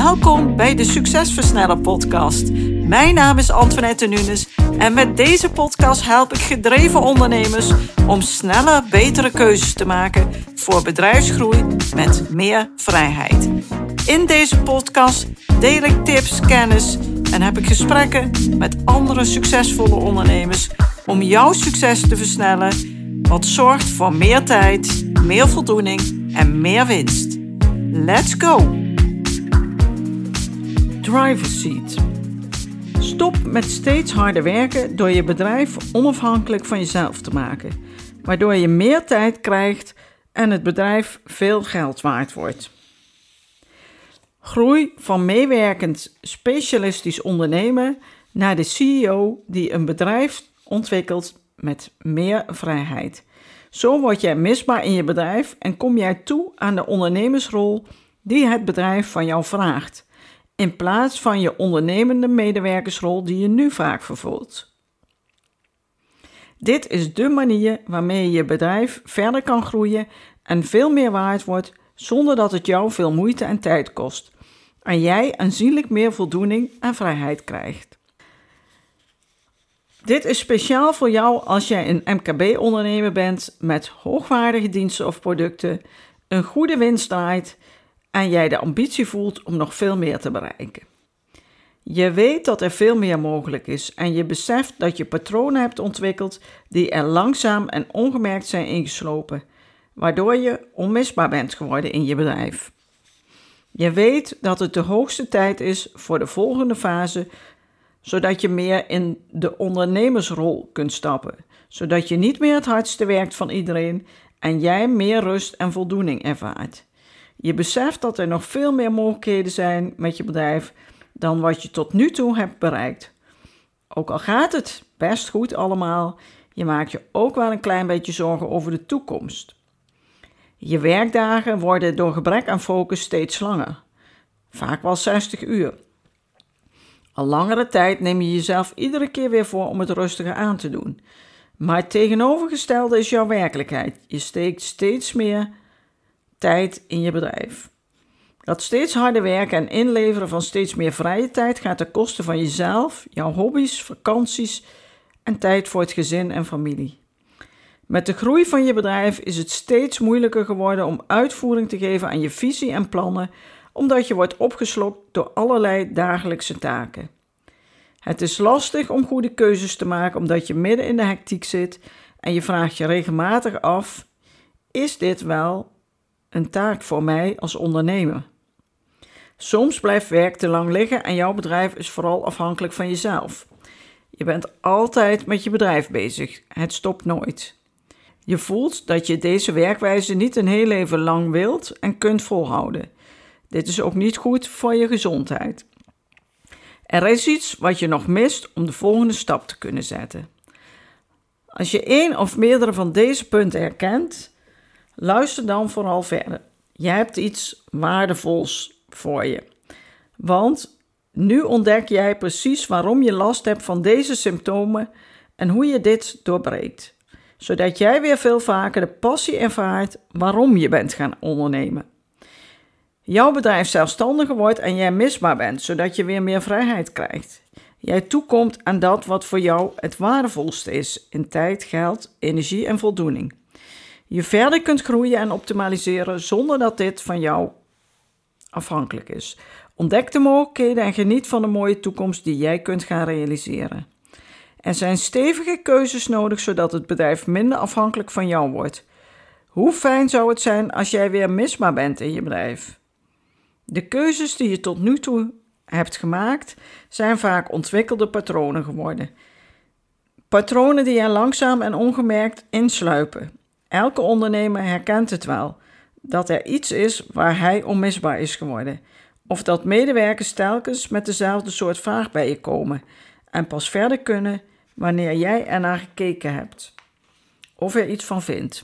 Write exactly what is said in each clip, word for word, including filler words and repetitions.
Welkom bij de Succesversneller podcast. Mijn naam is Antoinette Nunes en met deze podcast help ik gedreven ondernemers om snelle, betere keuzes te maken voor bedrijfsgroei met meer vrijheid. In deze podcast deel ik tips, kennis en heb ik gesprekken met andere succesvolle ondernemers om jouw succes te versnellen, wat zorgt voor meer tijd, meer voldoening en meer winst. Let's go! Driver's seat. Stop met steeds harder werken door je bedrijf onafhankelijk van jezelf te maken, waardoor je meer tijd krijgt en het bedrijf veel geld waard wordt. Groei van meewerkend specialistisch ondernemer naar de C E O die een bedrijf ontwikkelt met meer vrijheid. Zo word jij misbaar in je bedrijf en kom jij toe aan de ondernemersrol die het bedrijf van jou vraagt, in plaats van je ondernemende medewerkersrol die je nu vaak vervult. Dit is de manier waarmee je bedrijf verder kan groeien en veel meer waard wordt zonder dat het jou veel moeite en tijd kost en jij aanzienlijk meer voldoening en vrijheid krijgt. Dit is speciaal voor jou als jij een M K B-ondernemer bent met hoogwaardige diensten of producten, een goede winst draait en jij de ambitie voelt om nog veel meer te bereiken. Je weet dat er veel meer mogelijk is en je beseft dat je patronen hebt ontwikkeld die er langzaam en ongemerkt zijn ingeslopen, waardoor je onmisbaar bent geworden in je bedrijf. Je weet dat het de hoogste tijd is voor de volgende fase, zodat je meer in de ondernemersrol kunt stappen, zodat je niet meer het hardste werkt van iedereen en jij meer rust en voldoening ervaart. Je beseft dat er nog veel meer mogelijkheden zijn met je bedrijf dan wat je tot nu toe hebt bereikt. Ook al gaat het best goed allemaal, je maakt je ook wel een klein beetje zorgen over de toekomst. Je werkdagen worden door gebrek aan focus steeds langer, vaak wel zestig uur. Al langere tijd neem je jezelf iedere keer weer voor om het rustiger aan te doen. Maar het tegenovergestelde is jouw werkelijkheid. Je steekt steeds meer tijd in je bedrijf. Dat steeds harder werken en inleveren van steeds meer vrije tijd gaat ten koste van jezelf, jouw hobby's, vakanties en tijd voor het gezin en familie. Met de groei van je bedrijf is het steeds moeilijker geworden om uitvoering te geven aan je visie en plannen, omdat je wordt opgeslokt door allerlei dagelijkse taken. Het is lastig om goede keuzes te maken omdat je midden in de hectiek zit en je vraagt je regelmatig af: is dit wel een taak voor mij als ondernemer? Soms blijft werk te lang liggen en jouw bedrijf is vooral afhankelijk van jezelf. Je bent altijd met je bedrijf bezig, het stopt nooit. Je voelt dat je deze werkwijze niet een heel leven lang wilt en kunt volhouden. Dit is ook niet goed voor je gezondheid. Er is iets wat je nog mist om de volgende stap te kunnen zetten. Als je één of meerdere van deze punten herkent, luister dan vooral verder. Je hebt iets waardevols voor je. Want nu ontdek jij precies waarom je last hebt van deze symptomen en hoe je dit doorbreekt. Zodat jij weer veel vaker de passie ervaart waarom je bent gaan ondernemen. Jouw bedrijf zelfstandiger wordt en jij misbaar bent, zodat je weer meer vrijheid krijgt. Jij toekomt aan dat wat voor jou het waardevolste is in tijd, geld, energie en voldoening. Je verder kunt groeien en optimaliseren zonder dat dit van jou afhankelijk is. Ontdek de mogelijkheden en geniet van de mooie toekomst die jij kunt gaan realiseren. Er zijn stevige keuzes nodig zodat het bedrijf minder afhankelijk van jou wordt. Hoe fijn zou het zijn als jij weer misbaar bent in je bedrijf? De keuzes die je tot nu toe hebt gemaakt zijn vaak ontwikkelde patronen geworden. Patronen die er langzaam en ongemerkt insluipen. Elke ondernemer herkent het wel, dat er iets is waar hij onmisbaar is geworden. Of dat medewerkers telkens met dezelfde soort vraag bij je komen en pas verder kunnen wanneer jij er naar gekeken hebt. Of er iets van vindt.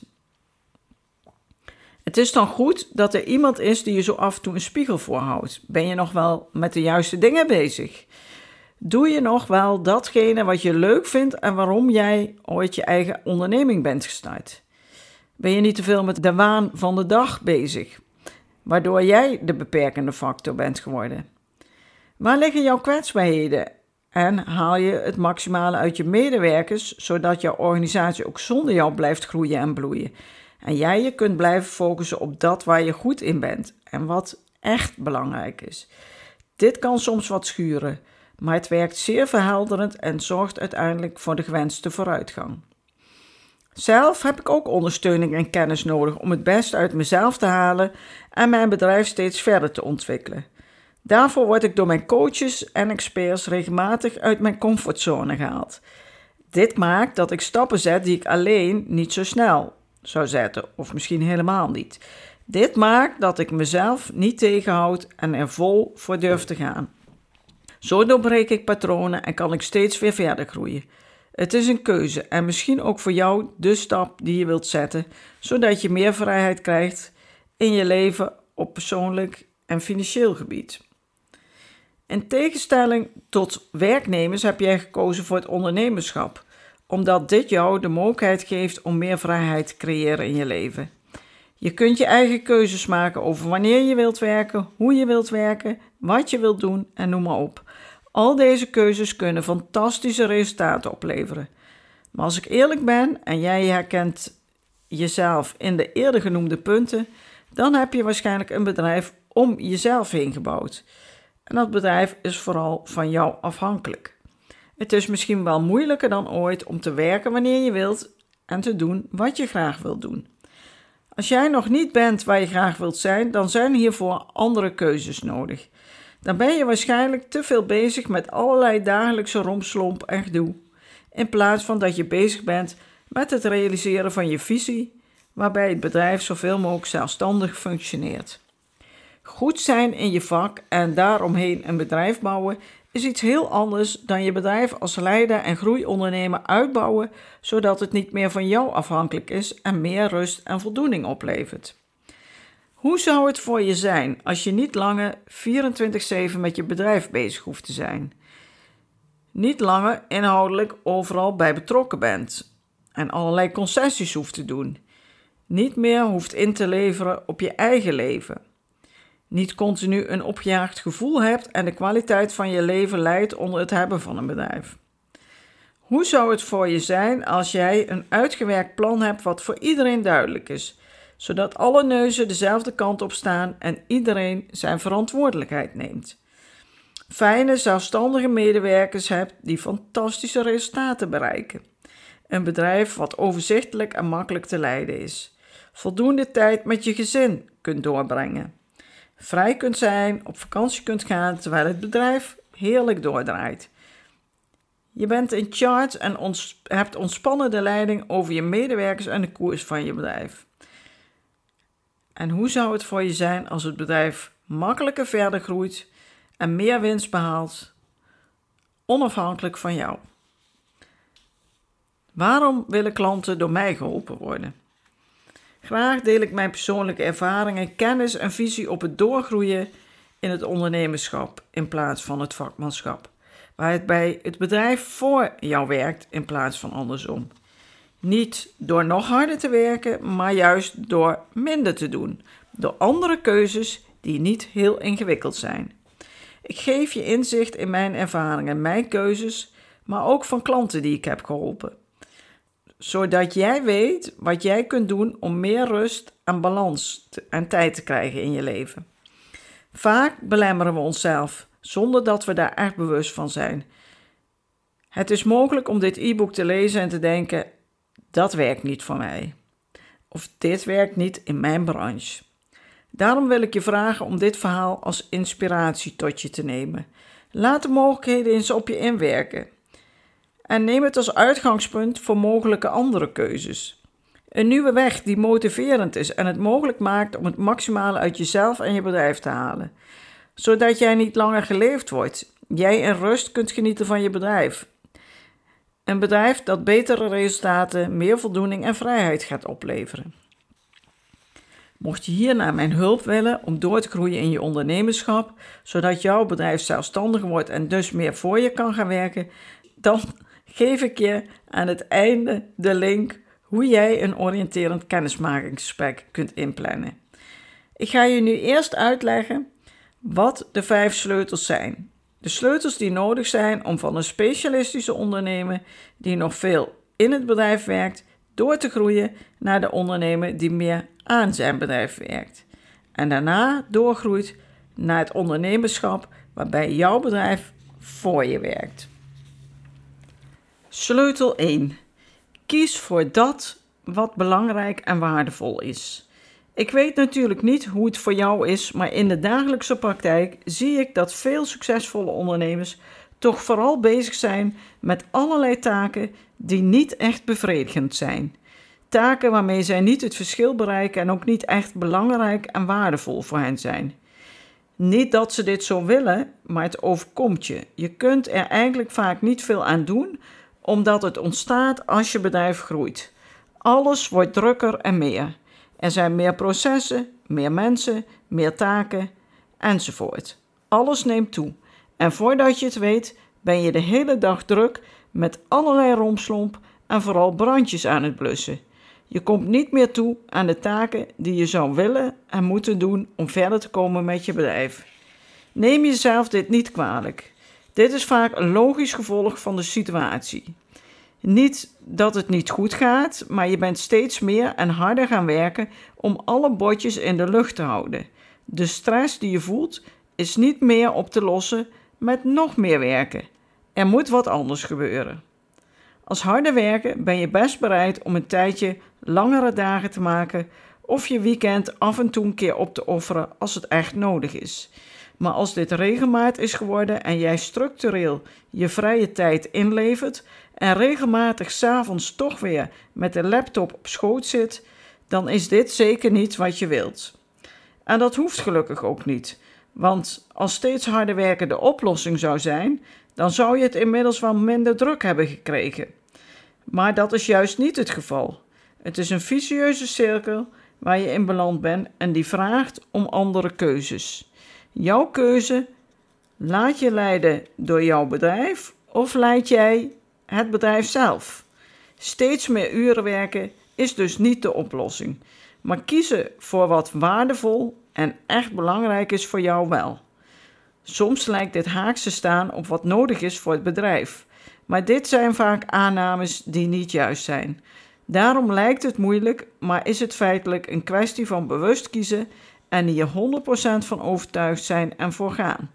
Het is dan goed dat er iemand is die je zo af en toe een spiegel voorhoudt. Ben je nog wel met de juiste dingen bezig? Doe je nog wel datgene wat je leuk vindt en waarom jij ooit je eigen onderneming bent gestart? Ben je niet te veel met de waan van de dag bezig? waardoor jij de beperkende factor bent geworden? Waar liggen jouw kwetsbaarheden en haal je het maximale uit je medewerkers, zodat jouw organisatie ook zonder jou blijft groeien en bloeien? En jij je kunt blijven focussen op dat waar je goed in bent en wat echt belangrijk is. Dit kan soms wat schuren, maar het werkt zeer verhelderend en zorgt uiteindelijk voor de gewenste vooruitgang. Zelf heb ik ook ondersteuning en kennis nodig om het beste uit mezelf te halen en mijn bedrijf steeds verder te ontwikkelen. Daarvoor word ik door mijn coaches en experts regelmatig uit mijn comfortzone gehaald. Dit maakt dat ik stappen zet die ik alleen niet zo snel zou zetten, of misschien helemaal niet. Dit maakt dat ik mezelf niet tegenhoud en er vol voor durf te gaan. Zo doorbreek ik patronen en kan ik steeds weer verder groeien. Het is een keuze en misschien ook voor jou de stap die je wilt zetten, zodat je meer vrijheid krijgt in je leven op persoonlijk en financieel gebied. In tegenstelling tot werknemers heb jij gekozen voor het ondernemerschap, omdat dit jou de mogelijkheid geeft om meer vrijheid te creëren in je leven. Je kunt je eigen keuzes maken over wanneer je wilt werken, hoe je wilt werken, wat je wilt doen en noem maar op. Al deze keuzes kunnen fantastische resultaten opleveren. Maar als ik eerlijk ben en jij herkent jezelf in de eerder genoemde punten, dan heb je waarschijnlijk een bedrijf om jezelf heen gebouwd. En dat bedrijf is vooral van jou afhankelijk. Het is misschien wel moeilijker dan ooit om te werken wanneer je wilt en te doen wat je graag wilt doen. Als jij nog niet bent waar je graag wilt zijn, dan zijn hiervoor andere keuzes nodig. Dan ben je waarschijnlijk te veel bezig met allerlei dagelijkse rompslomp en gedoe, in plaats van dat je bezig bent met het realiseren van je visie, waarbij het bedrijf zoveel mogelijk zelfstandig functioneert. Goed zijn in je vak en daaromheen een bedrijf bouwen is iets heel anders dan je bedrijf als leider en groeiondernemer uitbouwen, zodat het niet meer van jou afhankelijk is en meer rust en voldoening oplevert. Hoe zou het voor je zijn als je niet langer vierentwintig zeven met je bedrijf bezig hoeft te zijn? Niet langer inhoudelijk overal bij betrokken bent en allerlei concessies hoeft te doen. Niet meer hoeft in te leveren op je eigen leven. Niet continu een opgejaagd gevoel hebt en de kwaliteit van je leven leidt onder het hebben van een bedrijf. Hoe zou het voor je zijn als jij een uitgewerkt plan hebt wat voor iedereen duidelijk is, zodat alle neuzen dezelfde kant op staan en iedereen zijn verantwoordelijkheid neemt? Fijne, zelfstandige medewerkers hebt die fantastische resultaten bereiken. Een bedrijf wat overzichtelijk en makkelijk te leiden is. Voldoende tijd met je gezin kunt doorbrengen. Vrij kunt zijn, op vakantie kunt gaan terwijl het bedrijf heerlijk doordraait. Je bent in charge en ons, hebt ontspannen de leiding over je medewerkers en de koers van je bedrijf. En hoe zou het voor je zijn als het bedrijf makkelijker verder groeit en meer winst behaalt, onafhankelijk van jou? Waarom willen klanten door mij geholpen worden? Graag deel ik mijn persoonlijke ervaringen, kennis en visie op het doorgroeien in het ondernemerschap in plaats van het vakmanschap, waar het bij het bedrijf voor jou werkt in plaats van andersom. Niet door nog harder te werken, maar juist door minder te doen, door andere keuzes die niet heel ingewikkeld zijn. Ik geef je inzicht in mijn ervaringen, mijn keuzes, maar ook van klanten die ik heb geholpen, zodat jij weet wat jij kunt doen om meer rust en balans en tijd te krijgen in je leven. Vaak belemmeren we onszelf, zonder dat we daar echt bewust van zijn. Het is mogelijk om dit e-book te lezen en te denken, dat werkt niet voor mij. Of dit werkt niet in mijn branche. Daarom wil ik je vragen om dit verhaal als inspiratie tot je te nemen. Laat de mogelijkheden eens op je inwerken. En neem het als uitgangspunt voor mogelijke andere keuzes. Een nieuwe weg die motiverend is en het mogelijk maakt om het maximale uit jezelf en je bedrijf te halen. Zodat jij niet langer geleefd wordt. Jij in rust kunt genieten van je bedrijf. Een bedrijf dat betere resultaten, meer voldoening en vrijheid gaat opleveren. Mocht je hierna mijn hulp willen om door te groeien in je ondernemerschap, zodat jouw bedrijf zelfstandiger wordt en dus meer voor je kan gaan werken, dan geef ik je aan het einde de link hoe jij een oriënterend kennismakingsgesprek kunt inplannen. Ik ga je nu eerst uitleggen wat de vijf sleutels zijn. De sleutels die nodig zijn om van een specialistische ondernemer die nog veel in het bedrijf werkt, door te groeien naar de ondernemer die meer aan zijn bedrijf werkt. En daarna doorgroeit naar het ondernemerschap waarbij jouw bedrijf voor je werkt. Sleutel één. Kies voor dat wat belangrijk en waardevol is. Ik weet natuurlijk niet hoe het voor jou is, maar in de dagelijkse praktijk zie ik dat veel succesvolle ondernemers toch vooral bezig zijn met allerlei taken die niet echt bevredigend zijn. Taken waarmee zij niet het verschil bereiken en ook niet echt belangrijk en waardevol voor hen zijn. Niet dat ze dit zo willen, maar het overkomt je. Je kunt er eigenlijk vaak niet veel aan doen, omdat het ontstaat als je bedrijf groeit. Alles wordt drukker en meer. Er zijn meer processen, meer mensen, meer taken, enzovoort. Alles neemt toe. En voordat je het weet, ben je de hele dag druk met allerlei rompslomp en vooral brandjes aan het blussen. Je komt niet meer toe aan de taken die je zou willen en moeten doen om verder te komen met je bedrijf. Neem jezelf dit niet kwalijk. Dit is vaak een logisch gevolg van de situatie. Niet dat het niet goed gaat, maar je bent steeds meer en harder gaan werken om alle bordjes in de lucht te houden. De stress die je voelt is niet meer op te lossen met nog meer werken. Er moet wat anders gebeuren. Als harde werken ben je best bereid om een tijdje langere dagen te maken of je weekend af en toe een keer op te offeren als het echt nodig is. Maar als dit regelmaat is geworden en jij structureel je vrije tijd inlevert en regelmatig 's avonds toch weer met de laptop op schoot zit, dan is dit zeker niet wat je wilt. En dat hoeft gelukkig ook niet, want als steeds harder werken de oplossing zou zijn, dan zou je het inmiddels wel minder druk hebben gekregen. Maar dat is juist niet het geval. Het is een vicieuze cirkel waar je in beland bent en die vraagt om andere keuzes. Jouw keuze, laat je leiden door jouw bedrijf of leid jij het bedrijf zelf? Steeds meer uren werken is dus niet de oplossing, maar kiezen voor wat waardevol en echt belangrijk is voor jou wel. Soms lijkt dit haaks te staan op wat nodig is voor het bedrijf, maar dit zijn vaak aannames die niet juist zijn. Daarom lijkt het moeilijk, maar is het feitelijk een kwestie van bewust kiezen en hier honderd procent van overtuigd zijn en voor gaan.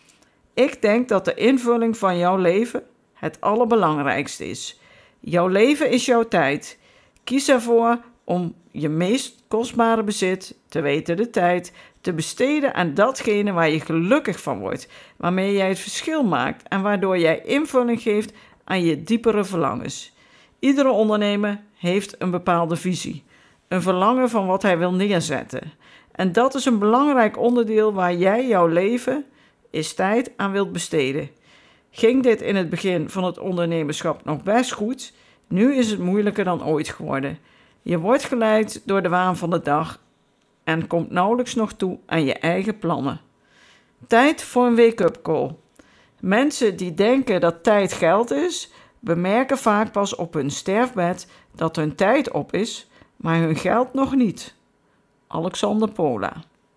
Ik denk dat de invulling van jouw leven het allerbelangrijkste is. Jouw leven is jouw tijd. Kies ervoor om je meest kostbare bezit, te weten de tijd, te besteden aan datgene waar je gelukkig van wordt, waarmee jij het verschil maakt en waardoor jij invulling geeft aan je diepere verlangens. Iedere ondernemer heeft een bepaalde visie, een verlangen van wat hij wil neerzetten. En dat is een belangrijk onderdeel waar jij jouw leven, is tijd, aan wilt besteden. Ging dit in het begin van het ondernemerschap nog best goed, nu is het moeilijker dan ooit geworden. Je wordt geleid door de waan van de dag en komt nauwelijks nog toe aan je eigen plannen. Tijd voor een wake-up call. Mensen die denken dat tijd geld is, bemerken vaak pas op hun sterfbed dat hun tijd op is, maar hun geld nog niet. Alexander Pola.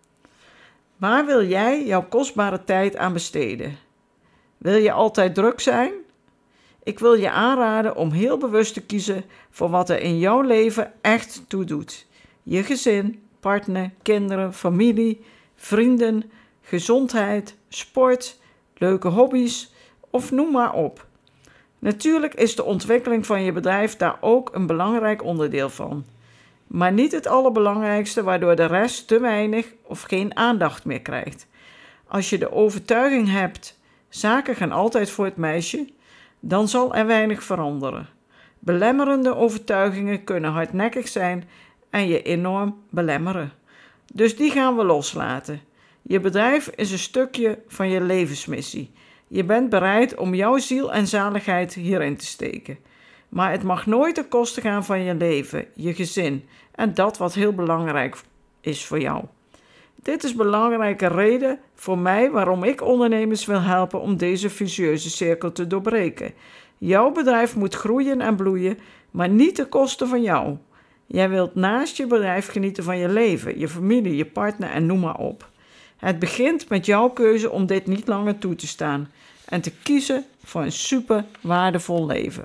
Waar wil jij jouw kostbare tijd aan besteden? Wil je altijd druk zijn? Ik wil je aanraden om heel bewust te kiezen voor wat er in jouw leven echt toe doet. Je gezin, partner, kinderen, familie, vrienden, gezondheid, sport, leuke hobby's of noem maar op. Natuurlijk is de ontwikkeling van je bedrijf daar ook een belangrijk onderdeel van. Maar niet het allerbelangrijkste, waardoor de rest te weinig of geen aandacht meer krijgt. Als je de overtuiging hebt, zaken gaan altijd voor het meisje, dan zal er weinig veranderen. Belemmerende overtuigingen kunnen hardnekkig zijn en je enorm belemmeren. Dus die gaan we loslaten. Je bedrijf is een stukje van je levensmissie. Je bent bereid om jouw ziel en zaligheid hierin te steken. Maar het mag nooit ten koste gaan van je leven, je gezin en dat wat heel belangrijk is voor jou. Dit is een belangrijke reden voor mij waarom ik ondernemers wil helpen om deze vicieuze cirkel te doorbreken. Jouw bedrijf moet groeien en bloeien, maar niet ten koste van jou. Jij wilt naast je bedrijf genieten van je leven, je familie, je partner en noem maar op. Het begint met jouw keuze om dit niet langer toe te staan en te kiezen voor een super waardevol leven.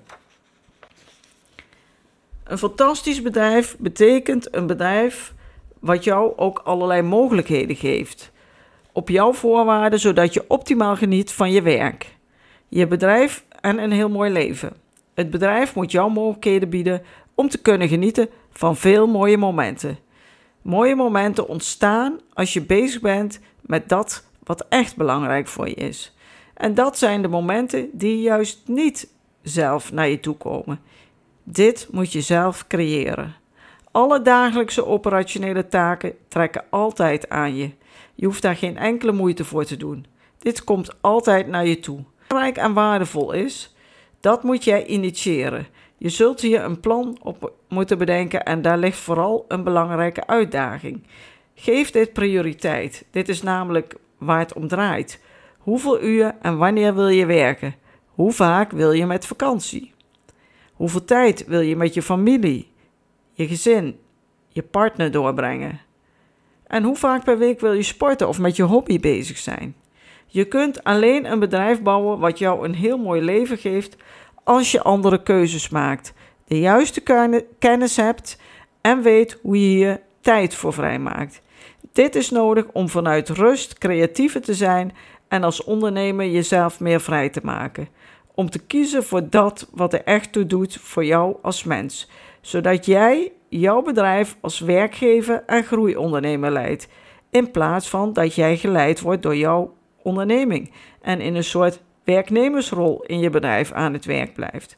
Een fantastisch bedrijf betekent een bedrijf wat jou ook allerlei mogelijkheden geeft. Op jouw voorwaarden, zodat je optimaal geniet van je werk, je bedrijf en een heel mooi leven. Het bedrijf moet jou mogelijkheden bieden om te kunnen genieten van veel mooie momenten. Mooie momenten ontstaan als je bezig bent met dat wat echt belangrijk voor je is. En dat zijn de momenten die juist niet zelf naar je toe komen. Dit moet je zelf creëren. Alle dagelijkse operationele taken trekken altijd aan je. Je hoeft daar geen enkele moeite voor te doen. Dit komt altijd naar je toe. Wat belangrijk en waardevol is, dat moet jij initiëren. Je zult hier een plan op moeten bedenken en daar ligt vooral een belangrijke uitdaging. Geef dit prioriteit. Dit is namelijk waar het om draait. Hoeveel uur en wanneer wil je werken? Hoe vaak wil je met vakantie? Hoeveel tijd wil je met je familie, je gezin, je partner doorbrengen? En hoe vaak per week wil je sporten of met je hobby bezig zijn? Je kunt alleen een bedrijf bouwen wat jou een heel mooi leven geeft als je andere keuzes maakt, de juiste kennis hebt en weet hoe je hier tijd voor vrijmaakt. Dit is nodig om vanuit rust creatiever te zijn en als ondernemer jezelf meer vrij te maken. Om te kiezen voor dat wat er echt toe doet voor jou als mens. Zodat jij jouw bedrijf als werkgever en groeiondernemer leidt. In plaats van dat jij geleid wordt door jouw onderneming. En in een soort werknemersrol in je bedrijf aan het werk blijft.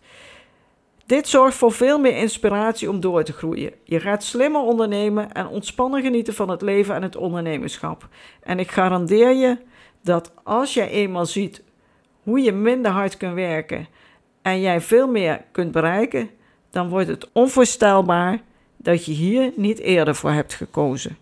Dit zorgt voor veel meer inspiratie om door te groeien. Je gaat slimmer ondernemen en ontspannen genieten van het leven en het ondernemerschap. En ik garandeer je dat als jij eenmaal ziet hoe je minder hard kunt werken en jij veel meer kunt bereiken, dan wordt het onvoorstelbaar dat je hier niet eerder voor hebt gekozen.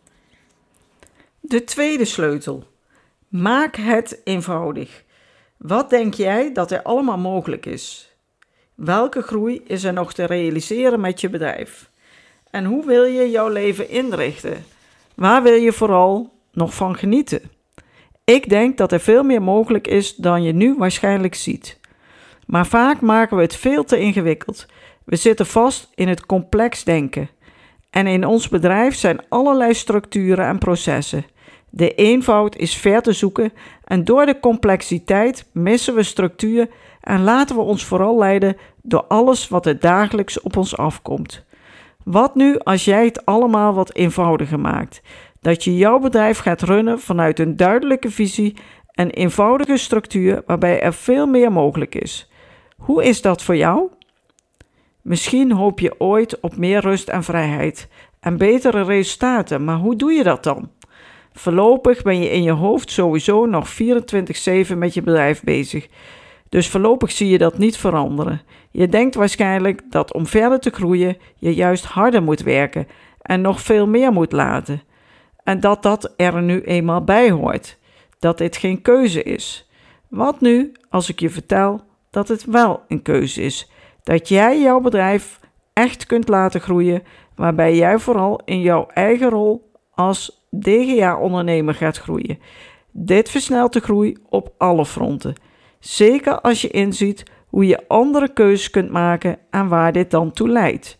De tweede sleutel. Maak het eenvoudig. Wat denk jij dat er allemaal mogelijk is? Welke groei is er nog te realiseren met je bedrijf? En hoe wil je jouw leven inrichten? Waar wil je vooral nog van genieten? Ik denk dat er veel meer mogelijk is dan je nu waarschijnlijk ziet. Maar vaak maken we het veel te ingewikkeld. We zitten vast in het complex denken. En in ons bedrijf zijn allerlei structuren en processen. De eenvoud is ver te zoeken en door de complexiteit missen we structuur en laten we ons vooral leiden door alles wat er dagelijks op ons afkomt. Wat nu als jij het allemaal wat eenvoudiger maakt? Dat je jouw bedrijf gaat runnen vanuit een duidelijke visie en eenvoudige structuur waarbij er veel meer mogelijk is. Hoe is dat voor jou? Misschien hoop je ooit op meer rust en vrijheid en betere resultaten, maar hoe doe je dat dan? Voorlopig ben je in je hoofd sowieso nog vierentwintig zeven met je bedrijf bezig. Dus voorlopig zie je dat niet veranderen. Je denkt waarschijnlijk dat om verder te groeien je juist harder moet werken en nog veel meer moet laten. En dat dat er nu eenmaal bij hoort. Dat dit geen keuze is. Wat nu als ik je vertel dat het wel een keuze is? Dat jij jouw bedrijf echt kunt laten groeien, waarbij jij vooral in jouw eigen rol als D G A-ondernemer gaat groeien. Dit versnelt de groei op alle fronten. Zeker als je inziet hoe je andere keuzes kunt maken en waar dit dan toe leidt.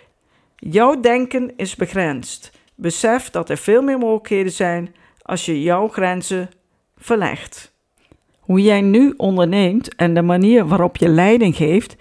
Jouw denken is begrensd. Besef dat er veel meer mogelijkheden zijn als je jouw grenzen verlegt. Hoe jij nu onderneemt en de manier waarop je leiding geeft,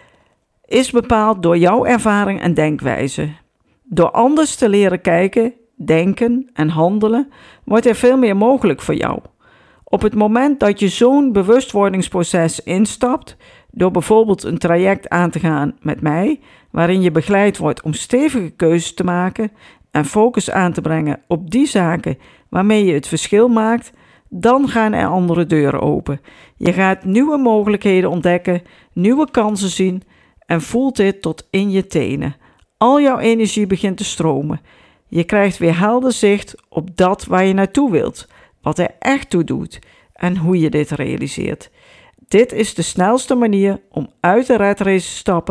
is bepaald door jouw ervaring en denkwijze. Door anders te leren kijken, denken en handelen, wordt er veel meer mogelijk voor jou. Op het moment dat je zo'n bewustwordingsproces instapt, door bijvoorbeeld een traject aan te gaan met mij, waarin je begeleid wordt om stevige keuzes te maken en focus aan te brengen op die zaken waarmee je het verschil maakt, dan gaan er andere deuren open. Je gaat nieuwe mogelijkheden ontdekken, nieuwe kansen zien en voelt dit tot in je tenen. Al jouw energie begint te stromen. Je krijgt weer helder zicht op dat waar je naartoe wilt, wat er echt toe doet en hoe je dit realiseert. Dit is de snelste manier om uit de red race te stappen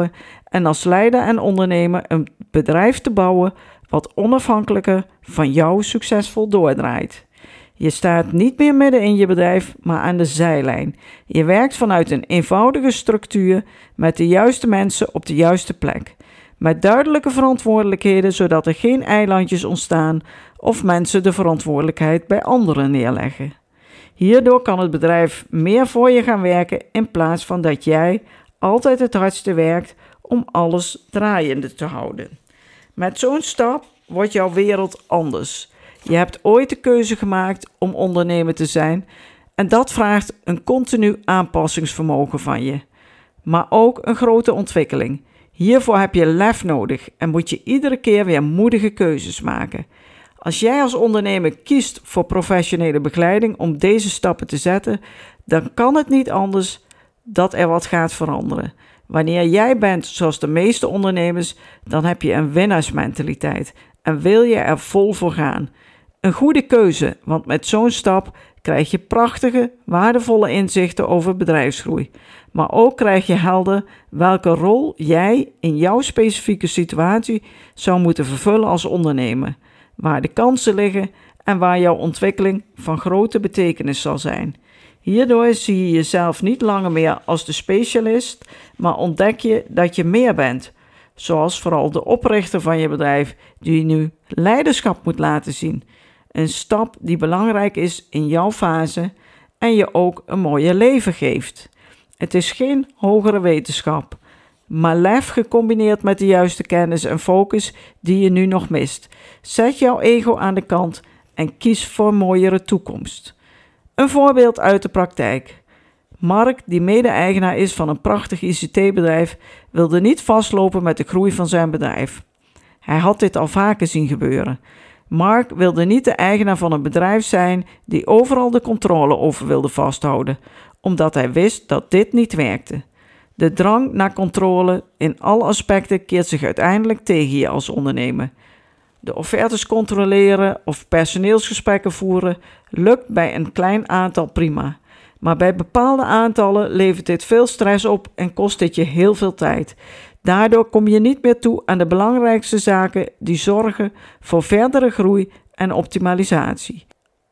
en als leider en ondernemer een bedrijf te bouwen wat onafhankelijker van jou succesvol doordraait. Je staat niet meer midden in je bedrijf, maar aan de zijlijn. Je werkt vanuit een eenvoudige structuur met de juiste mensen op de juiste plek. Met duidelijke verantwoordelijkheden, zodat er geen eilandjes ontstaan of mensen de verantwoordelijkheid bij anderen neerleggen. Hierdoor kan het bedrijf meer voor je gaan werken in plaats van dat jij altijd het hardste werkt om alles draaiende te houden. Met zo'n stap wordt jouw wereld anders. Je hebt ooit de keuze gemaakt om ondernemer te zijn en dat vraagt een continu aanpassingsvermogen van je. Maar ook een grote ontwikkeling. Hiervoor heb je lef nodig en moet je iedere keer weer moedige keuzes maken. Als jij als ondernemer kiest voor professionele begeleiding om deze stappen te zetten, dan kan het niet anders dat er wat gaat veranderen. Wanneer jij bent zoals de meeste ondernemers, dan heb je een winnaarsmentaliteit en wil je er vol voor gaan. Een goede keuze, want met zo'n stap krijg je prachtige, waardevolle inzichten over bedrijfsgroei. Maar ook krijg je helder welke rol jij in jouw specifieke situatie zou moeten vervullen als ondernemer. Waar de kansen liggen en waar jouw ontwikkeling van grote betekenis zal zijn. Hierdoor zie je jezelf niet langer meer als de specialist, maar ontdek je dat je meer bent. Zoals vooral de oprichter van je bedrijf, die nu leiderschap moet laten zien. Een stap die belangrijk is in jouw fase en je ook een mooier leven geeft. Het is geen hogere wetenschap, maar lef gecombineerd met de juiste kennis en focus die je nu nog mist. Zet jouw ego aan de kant en kies voor een mooiere toekomst. Een voorbeeld uit de praktijk. Mark, die mede-eigenaar is van een prachtig I C T-bedrijf, wilde niet vastlopen met de groei van zijn bedrijf. Hij had dit al vaker zien gebeuren. Mark wilde niet de eigenaar van een bedrijf zijn die overal de controle over wilde vasthouden, omdat hij wist dat dit niet werkte. De drang naar controle in alle aspecten keert zich uiteindelijk tegen je als ondernemer. De offertes controleren of personeelsgesprekken voeren lukt bij een klein aantal prima. Maar bij bepaalde aantallen levert dit veel stress op en kost dit je heel veel tijd. Daardoor kom je niet meer toe aan de belangrijkste zaken die zorgen voor verdere groei en optimalisatie.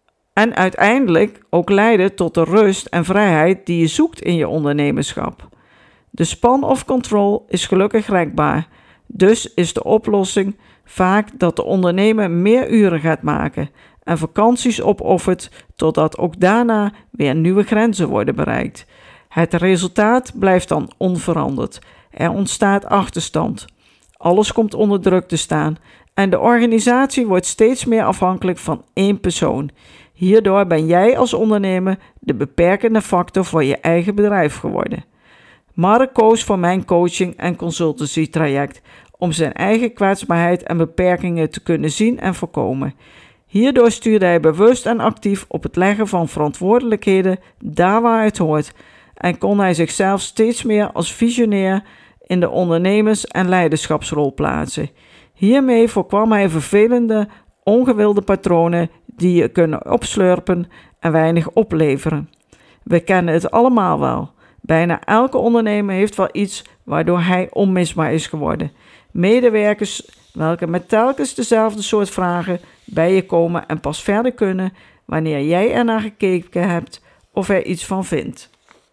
En uiteindelijk ook leiden tot de rust en vrijheid die je zoekt in je ondernemerschap. De span of control is gelukkig rekbaar. Dus is de oplossing vaak dat de ondernemer meer uren gaat maken en vakanties opoffert totdat ook daarna weer nieuwe grenzen worden bereikt. Het resultaat blijft dan onveranderd. Er ontstaat achterstand. Alles komt onder druk te staan en de organisatie wordt steeds meer afhankelijk van één persoon. Hierdoor ben jij als ondernemer de beperkende factor voor je eigen bedrijf geworden. Mark koos voor mijn coaching en consultancy traject om zijn eigen kwetsbaarheid en beperkingen te kunnen zien en voorkomen. Hierdoor stuurde hij bewust en actief op het leggen van verantwoordelijkheden daar waar het hoort en kon hij zichzelf steeds meer als visionair in de ondernemers- en leiderschapsrol plaatsen. Hiermee voorkwam hij vervelende, ongewilde patronen die je kunnen opslurpen en weinig opleveren. We kennen het allemaal wel. Bijna elke ondernemer heeft wel iets waardoor hij onmisbaar is geworden. Medewerkers welke met telkens dezelfde soort vragen bij je komen en pas verder kunnen wanneer jij er naar gekeken hebt of er iets van vindt.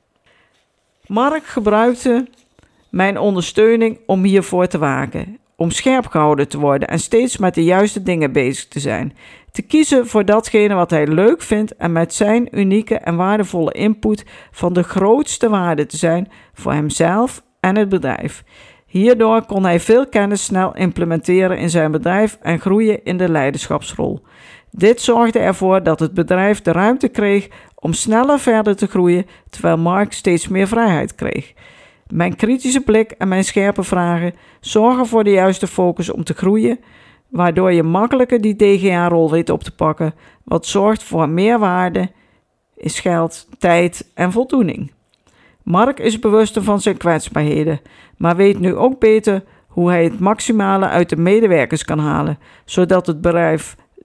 Mark gebruikte mijn ondersteuning om hiervoor te waken, om scherp gehouden te worden en steeds met de juiste dingen bezig te zijn. Te kiezen voor datgene wat hij leuk vindt en met zijn unieke en waardevolle input van de grootste waarde te zijn voor hemzelf en het bedrijf. Hierdoor kon hij veel kennis snel implementeren in zijn bedrijf en groeien in de leiderschapsrol. Dit zorgde ervoor dat het bedrijf de ruimte kreeg om sneller verder te groeien, terwijl Mark steeds meer vrijheid kreeg. Mijn kritische blik en mijn scherpe vragen zorgen voor de juiste focus om te groeien, waardoor je makkelijker die D G A-rol weet op te pakken, wat zorgt voor meer waarde, is geld, tijd en voldoening. Mark is bewuster van zijn kwetsbaarheden, maar weet nu ook beter hoe hij het maximale uit de medewerkers kan halen, zodat het bedrijf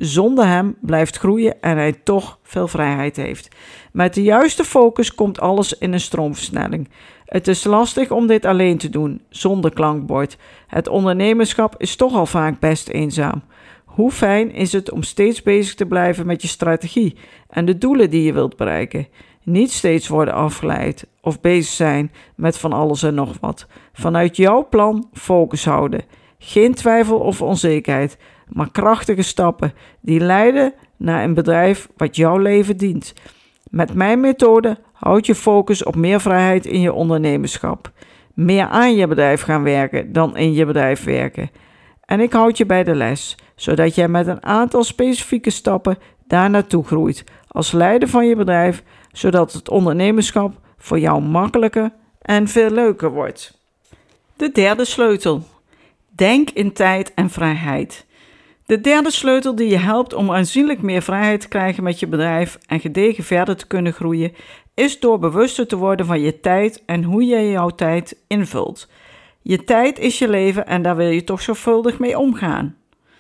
zonder hem blijft groeien en hij toch veel vrijheid heeft. Met de juiste focus komt alles in een stroomversnelling. Het is lastig om dit alleen te doen, zonder klankbord. Het ondernemerschap is toch al vaak best eenzaam. Hoe fijn is het om steeds bezig te blijven met je strategie en de doelen die je wilt bereiken. Niet steeds worden afgeleid of bezig zijn met van alles en nog wat. Vanuit jouw plan focus houden. Geen twijfel of onzekerheid, maar krachtige stappen die leiden naar een bedrijf wat jouw leven dient. Met mijn methode houd je focus op meer vrijheid in je ondernemerschap. Meer aan je bedrijf gaan werken dan in je bedrijf werken. En ik houd je bij de les, zodat jij met een aantal specifieke stappen daar naartoe groeit als leider van je bedrijf, zodat het ondernemerschap voor jou makkelijker en veel leuker wordt. De derde sleutel. Denk in tijd en vrijheid. De derde sleutel die je helpt om aanzienlijk meer vrijheid te krijgen met je bedrijf en gedegen verder te kunnen groeien, is door bewuster te worden van je tijd en hoe je jouw tijd invult. Je tijd is je leven en daar wil je toch zorgvuldig mee omgaan.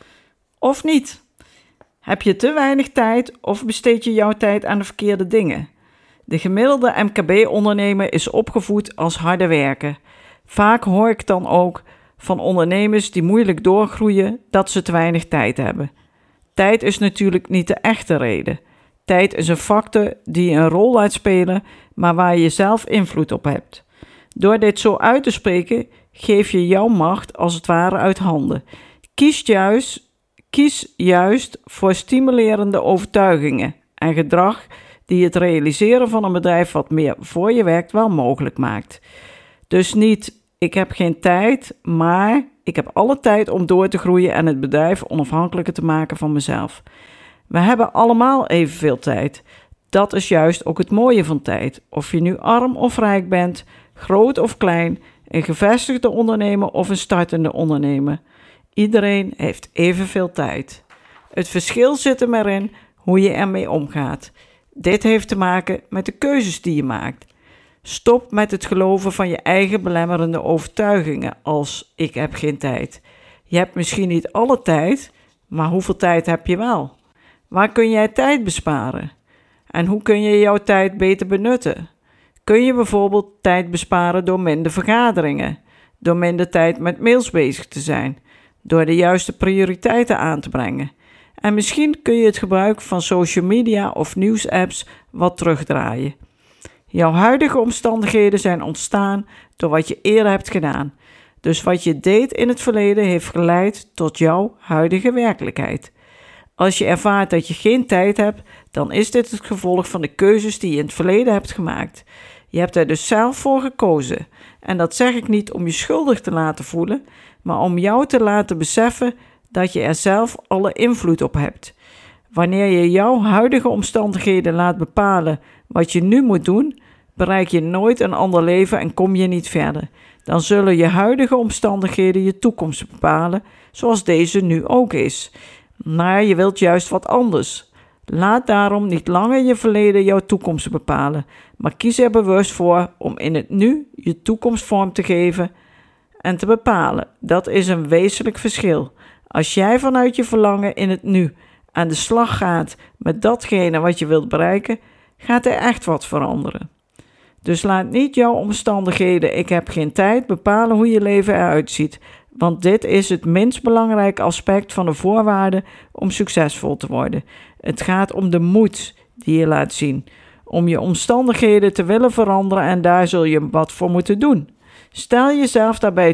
Of niet? Heb je te weinig tijd of besteed je jouw tijd aan de verkeerde dingen? De gemiddelde M K B-ondernemer is opgevoed als harde werker. Vaak hoor ik dan ook van ondernemers die moeilijk doorgroeien dat ze te weinig tijd hebben. Tijd is natuurlijk niet de echte reden. Tijd is een factor die een rol laat spelen, maar waar je zelf invloed op hebt. Door dit zo uit te spreken, geef je jouw macht als het ware uit handen. Kies juist, kies juist voor stimulerende overtuigingen en gedrag die het realiseren van een bedrijf wat meer voor je werkt wel mogelijk maakt. Dus niet, ik heb geen tijd, maar ik heb alle tijd om door te groeien en het bedrijf onafhankelijker te maken van mezelf. We hebben allemaal evenveel tijd. Dat is juist ook het mooie van tijd. Of je nu arm of rijk bent, groot of klein, een gevestigde ondernemer of een startende ondernemer. Iedereen heeft evenveel tijd. Het verschil zit er maar in hoe je ermee omgaat. Dit heeft te maken met de keuzes die je maakt. Stop met het geloven van je eigen belemmerende overtuigingen als ik heb geen tijd. Je hebt misschien niet alle tijd, maar hoeveel tijd heb je wel? Waar kun jij tijd besparen? En hoe kun je jouw tijd beter benutten? Kun je bijvoorbeeld tijd besparen door minder vergaderingen, door minder tijd met mails bezig te zijn, door de juiste prioriteiten aan te brengen? En misschien kun je het gebruik van social media of nieuwsapps wat terugdraaien. Jouw huidige omstandigheden zijn ontstaan door wat je eerder hebt gedaan. Dus wat je deed in het verleden heeft geleid tot jouw huidige werkelijkheid. Als je ervaart dat je geen tijd hebt, dan is dit het gevolg van de keuzes die je in het verleden hebt gemaakt. Je hebt er dus zelf voor gekozen. En dat zeg ik niet om je schuldig te laten voelen, maar om jou te laten beseffen dat je er zelf alle invloed op hebt. Wanneer je jouw huidige omstandigheden laat bepalen wat je nu moet doen, bereik je nooit een ander leven en kom je niet verder. Dan zullen je huidige omstandigheden je toekomst bepalen, zoals deze nu ook is. Maar je wilt juist wat anders. Laat daarom niet langer je verleden jouw toekomst bepalen, maar kies er bewust voor om in het nu je toekomst vorm te geven en te bepalen. Dat is een wezenlijk verschil. Als jij vanuit je verlangen in het nu aan de slag gaat met datgene wat je wilt bereiken, gaat er echt wat veranderen. Dus laat niet jouw omstandigheden, ik heb geen tijd, bepalen hoe je leven eruit ziet. Want dit is het minst belangrijke aspect van de voorwaarden om succesvol te worden. Het gaat om de moed die je laat zien. Om je omstandigheden te willen veranderen en daar zul je wat voor moeten doen. Stel jezelf daarbij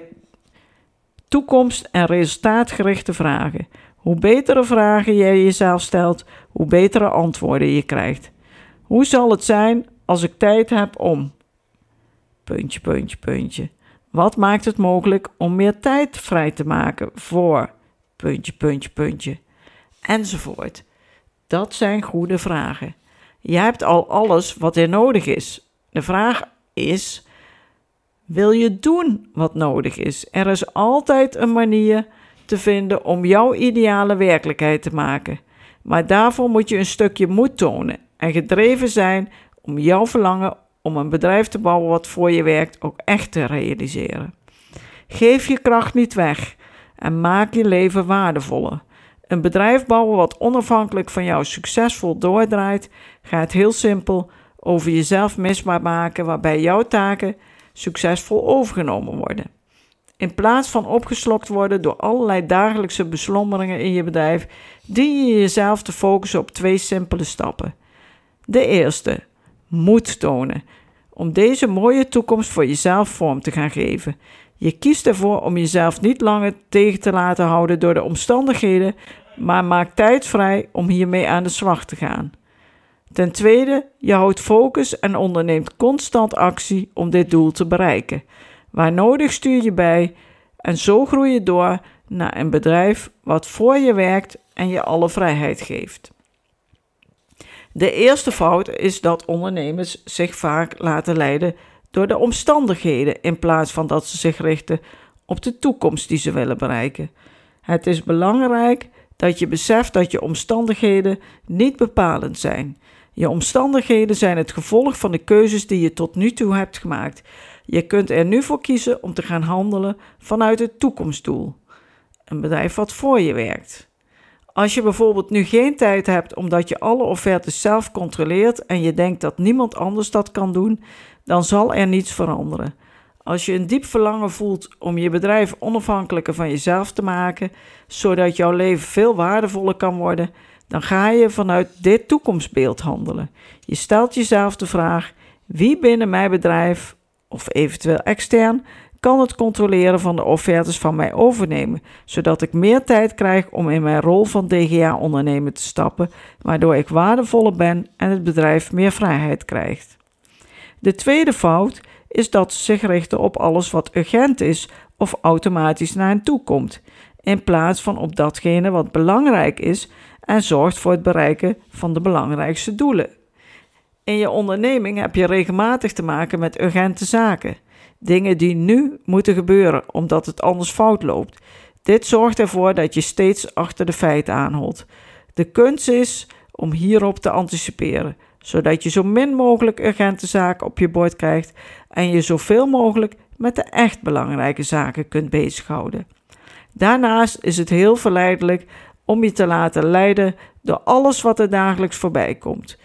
toekomst- en resultaatgerichte vragen. Hoe betere vragen je jezelf stelt, hoe betere antwoorden je krijgt. Hoe zal het zijn als ik tijd heb om? Puntje, puntje, puntje. Wat maakt het mogelijk om meer tijd vrij te maken voor? Puntje, puntje, puntje. Enzovoort. Dat zijn goede vragen. Je hebt al alles wat er nodig is. De vraag is, wil je doen wat nodig is? Er is altijd een manier te vinden om jouw ideale werkelijkheid te maken. Maar daarvoor moet je een stukje moed tonen en gedreven zijn om jouw verlangen om een bedrijf te bouwen wat voor je werkt ook echt te realiseren. Geef je kracht niet weg en maak je leven waardevoller. Een bedrijf bouwen wat onafhankelijk van jou succesvol doordraait, gaat heel simpel over jezelf misbaar maken, waarbij jouw taken succesvol overgenomen worden. In plaats van opgeslokt worden door allerlei dagelijkse beslommeringen in je bedrijf, dien je jezelf te focussen op twee simpele stappen. De eerste, moed tonen, om deze mooie toekomst voor jezelf vorm te gaan geven. Je kiest ervoor om jezelf niet langer tegen te laten houden door de omstandigheden, maar maak tijd vrij om hiermee aan de slag te gaan. Ten tweede, je houdt focus en onderneemt constant actie om dit doel te bereiken. Waar nodig stuur je bij en zo groei je door naar een bedrijf wat voor je werkt en je alle vrijheid geeft. De eerste fout is dat ondernemers zich vaak laten leiden door de omstandigheden in plaats van dat ze zich richten op de toekomst die ze willen bereiken. Het is belangrijk dat je beseft dat je omstandigheden niet bepalend zijn. Je omstandigheden zijn het gevolg van de keuzes die je tot nu toe hebt gemaakt. Je kunt er nu voor kiezen om te gaan handelen vanuit het toekomstdoel. Een bedrijf wat voor je werkt. Als je bijvoorbeeld nu geen tijd hebt omdat je alle offertes zelf controleert en je denkt dat niemand anders dat kan doen, dan zal er niets veranderen. Als je een diep verlangen voelt om je bedrijf onafhankelijker van jezelf te maken, zodat jouw leven veel waardevoller kan worden, dan ga je vanuit dit toekomstbeeld handelen. Je stelt jezelf de vraag: wie binnen mijn bedrijf, of eventueel extern, kan het controleren van de offertes van mij overnemen, zodat ik meer tijd krijg om in mijn rol van D G A-ondernemer te stappen, waardoor ik waardevoller ben en het bedrijf meer vrijheid krijgt. De tweede fout is dat ze zich richten op alles wat urgent is of automatisch naar hen toe komt, in plaats van op datgene wat belangrijk is en zorgt voor het bereiken van de belangrijkste doelen. In je onderneming heb je regelmatig te maken met urgente zaken. Dingen die nu moeten gebeuren, omdat het anders fout loopt. Dit zorgt ervoor dat je steeds achter de feiten aanholt. De kunst is om hierop te anticiperen, zodat je zo min mogelijk urgente zaken op je bord krijgt en je zoveel mogelijk met de echt belangrijke zaken kunt bezighouden. Daarnaast is het heel verleidelijk om je te laten leiden door alles wat er dagelijks voorbij komt.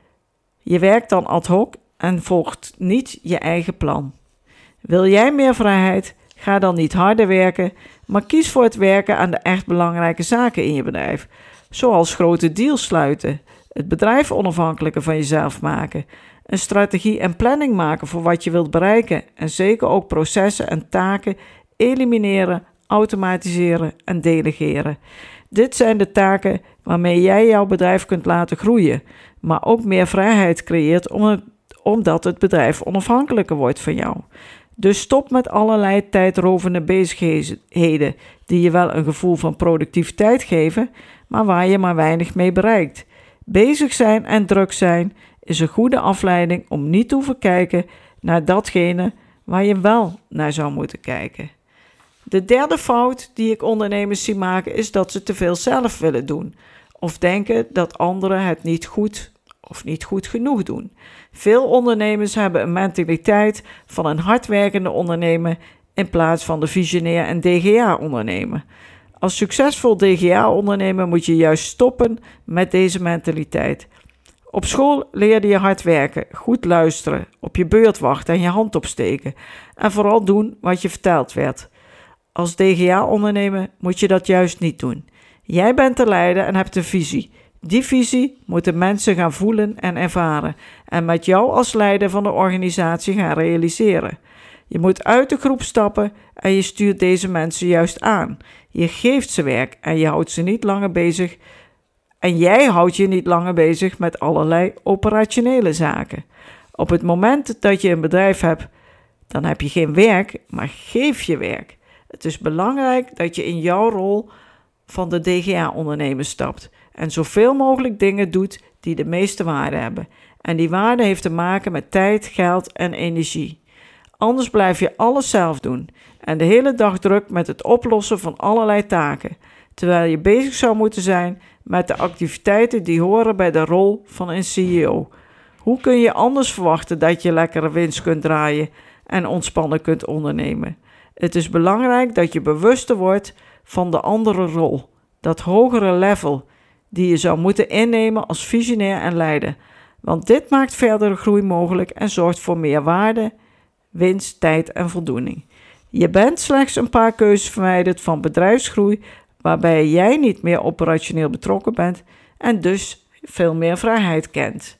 Je werkt dan ad hoc en volgt niet je eigen plan. Wil jij meer vrijheid? Ga dan niet harder werken, maar kies voor het werken aan de echt belangrijke zaken in je bedrijf, zoals grote deals sluiten, het bedrijf onafhankelijker van jezelf maken, een strategie en planning maken voor wat je wilt bereiken en zeker ook processen en taken elimineren, automatiseren en delegeren. Dit zijn de taken waarmee jij jouw bedrijf kunt laten groeien, maar ook meer vrijheid creëert om het, omdat het bedrijf onafhankelijker wordt van jou. Dus stop met allerlei tijdrovende bezigheden die je wel een gevoel van productiviteit geven, maar waar je maar weinig mee bereikt. Bezig zijn en druk zijn is een goede afleiding om niet te hoeven kijken naar datgene waar je wel naar zou moeten kijken. De derde fout die ik ondernemers zie maken is dat ze te veel zelf willen doen of denken dat anderen het niet goed of niet goed genoeg doen. Veel ondernemers hebben een mentaliteit van een hardwerkende ondernemer in plaats van de visionair en D G A-ondernemer. Als succesvol D G A-ondernemer moet je juist stoppen met deze mentaliteit. Op school leerde je hard werken, goed luisteren, op je beurt wachten en je hand opsteken en vooral doen wat je verteld werd. Als D G A-ondernemer moet je dat juist niet doen. Jij bent de leider en hebt een visie. Die visie moeten mensen gaan voelen en ervaren en met jou als leider van de organisatie gaan realiseren. Je moet uit de groep stappen en je stuurt deze mensen juist aan. Je geeft ze werk en je houdt ze niet langer bezig en jij houdt je niet langer bezig met allerlei operationele zaken. Op het moment dat je een bedrijf hebt, dan heb je geen werk, maar geef je werk. Het is belangrijk dat je in jouw rol van de D G A-ondernemer stapt en zoveel mogelijk dingen doet die de meeste waarde hebben. En die waarde heeft te maken met tijd, geld en energie. Anders blijf je alles zelf doen en de hele dag druk met het oplossen van allerlei taken, terwijl je bezig zou moeten zijn met de activiteiten die horen bij de rol van een C E O. Hoe kun je anders verwachten dat je lekkere winst kunt draaien en ontspannen kunt ondernemen? Het is belangrijk dat je bewuster wordt van de andere rol. Dat hogere level die je zou moeten innemen als visionair en leider. Want dit maakt verdere groei mogelijk en zorgt voor meer waarde, winst, tijd en voldoening. Je bent slechts een paar keuzes verwijderd van bedrijfsgroei waarbij jij niet meer operationeel betrokken bent en dus veel meer vrijheid kent.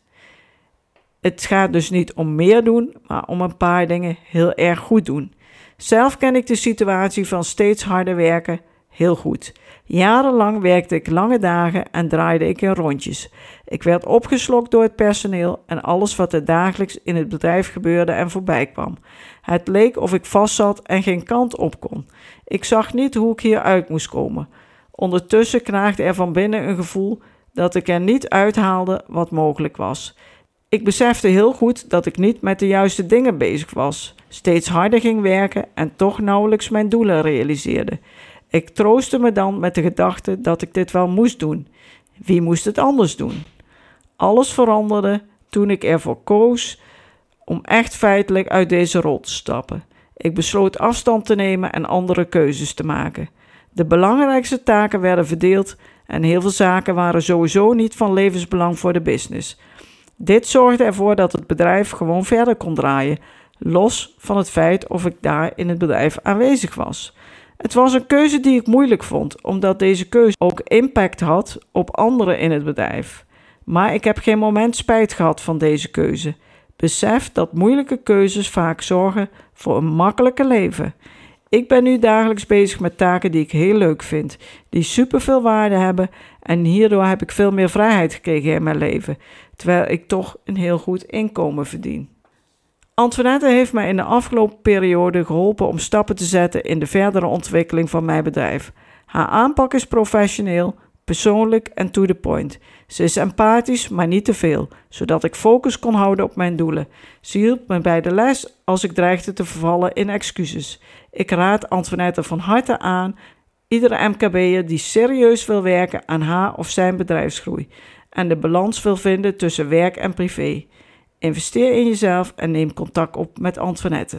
Het gaat dus niet om meer doen, maar om een paar dingen heel erg goed doen. Zelf ken ik de situatie van steeds harder werken heel goed. Jarenlang werkte ik lange dagen en draaide ik in rondjes. Ik werd opgeslokt door het personeel en alles wat er dagelijks in het bedrijf gebeurde en voorbij kwam. Het leek of ik vastzat en geen kant op kon. Ik zag niet hoe ik hieruit moest komen. Ondertussen knaagde er van binnen een gevoel dat ik er niet uithaalde wat mogelijk was. Ik besefte heel goed dat ik niet met de juiste dingen bezig was, steeds harder ging werken en toch nauwelijks mijn doelen realiseerde. Ik troostte me dan met de gedachte dat ik dit wel moest doen. Wie moest het anders doen? Alles veranderde toen ik ervoor koos om echt feitelijk uit deze rol te stappen. Ik besloot afstand te nemen en andere keuzes te maken. De belangrijkste taken werden verdeeld en heel veel zaken waren sowieso niet van levensbelang voor de business. Dit zorgde ervoor dat het bedrijf gewoon verder kon draaien, los van het feit of ik daar in het bedrijf aanwezig was. Het was een keuze die ik moeilijk vond, omdat deze keuze ook impact had op anderen in het bedrijf. Maar ik heb geen moment spijt gehad van deze keuze. Besef dat moeilijke keuzes vaak zorgen voor een makkelijker leven. Ik ben nu dagelijks bezig met taken die ik heel leuk vind, die superveel waarde hebben en hierdoor heb ik veel meer vrijheid gekregen in mijn leven, terwijl ik toch een heel goed inkomen verdien. Antoinette heeft mij in de afgelopen periode geholpen om stappen te zetten in de verdere ontwikkeling van mijn bedrijf. Haar aanpak is professioneel, persoonlijk en to the point. Ze is empathisch, maar niet te veel, zodat ik focus kon houden op mijn doelen. Ze hielp me bij de les als ik dreigde te vervallen in excuses. Ik raad Antoinette van harte aan, iedere M K B'er die serieus wil werken aan haar of zijn bedrijfsgroei en de balans wil vinden tussen werk en privé. Investeer in jezelf en neem contact op met Antoinette.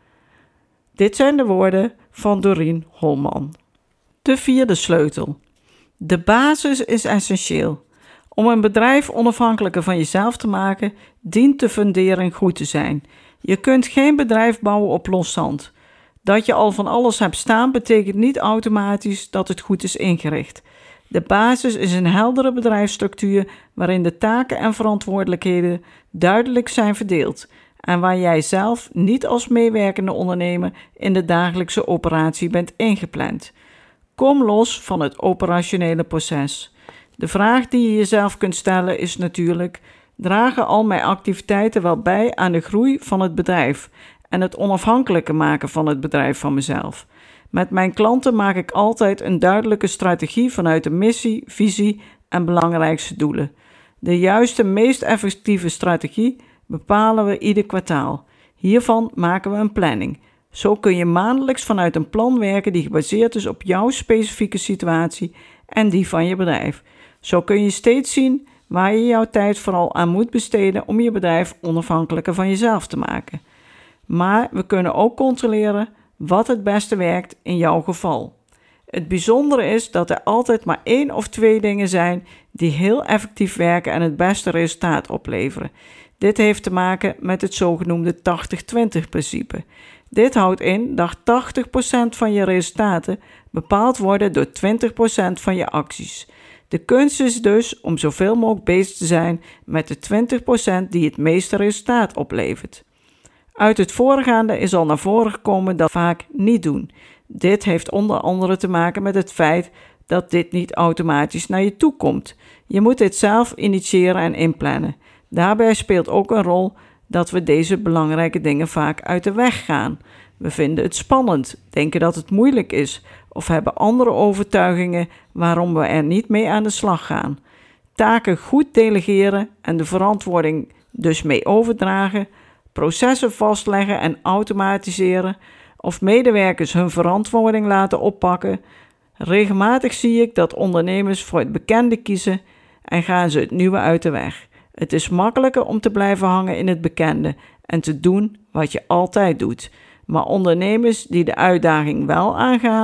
Dit zijn de woorden van Dorien Holman. De vierde sleutel. De basis is essentieel. Om een bedrijf onafhankelijker van jezelf te maken, dient de fundering goed te zijn. Je kunt geen bedrijf bouwen op los zand. Dat je al van alles hebt staan, betekent niet automatisch dat het goed is ingericht. De basis is een heldere bedrijfsstructuur waarin de taken en verantwoordelijkheden duidelijk zijn verdeeld en waar jij zelf niet als meewerkende ondernemer in de dagelijkse operatie bent ingepland. Kom los van het operationele proces. De vraag die je jezelf kunt stellen is natuurlijk: dragen al mijn activiteiten wel bij aan de groei van het bedrijf en het onafhankelijker maken van het bedrijf van mezelf? Met mijn klanten maak ik altijd een duidelijke strategie vanuit de missie, visie en belangrijkste doelen. De juiste, meest effectieve strategie bepalen we ieder kwartaal. Hiervan maken we een planning. Zo kun je maandelijks vanuit een plan werken die gebaseerd is op jouw specifieke situatie en die van je bedrijf. Zo kun je steeds zien waar je jouw tijd vooral aan moet besteden om je bedrijf onafhankelijker van jezelf te maken. Maar we kunnen ook controleren wat het beste werkt in jouw geval. Het bijzondere is dat er altijd maar één of twee dingen zijn die heel effectief werken en het beste resultaat opleveren. Dit heeft te maken met het zogenoemde tachtig twintig principe. Dit houdt in dat tachtig procent van je resultaten bepaald worden door twintig procent van je acties. De kunst is dus om zoveel mogelijk bezig te zijn met de twintig procent die het meeste resultaat oplevert. Uit het voorgaande is al naar voren gekomen dat we vaak niet doen. Dit heeft onder andere te maken met het feit dat dit niet automatisch naar je toe komt. Je moet dit zelf initiëren en inplannen. Daarbij speelt ook een rol dat we deze belangrijke dingen vaak uit de weg gaan. We vinden het spannend, denken dat het moeilijk is of hebben andere overtuigingen waarom we er niet mee aan de slag gaan. Taken goed delegeren en de verantwoording dus mee overdragen, processen vastleggen en automatiseren of medewerkers hun verantwoording laten oppakken. Regelmatig zie ik dat ondernemers voor het bekende kiezen en gaan ze het nieuwe uit de weg. Het is makkelijker om te blijven hangen in het bekende en te doen wat je altijd doet. Maar ondernemers die de uitdaging wel aangaan,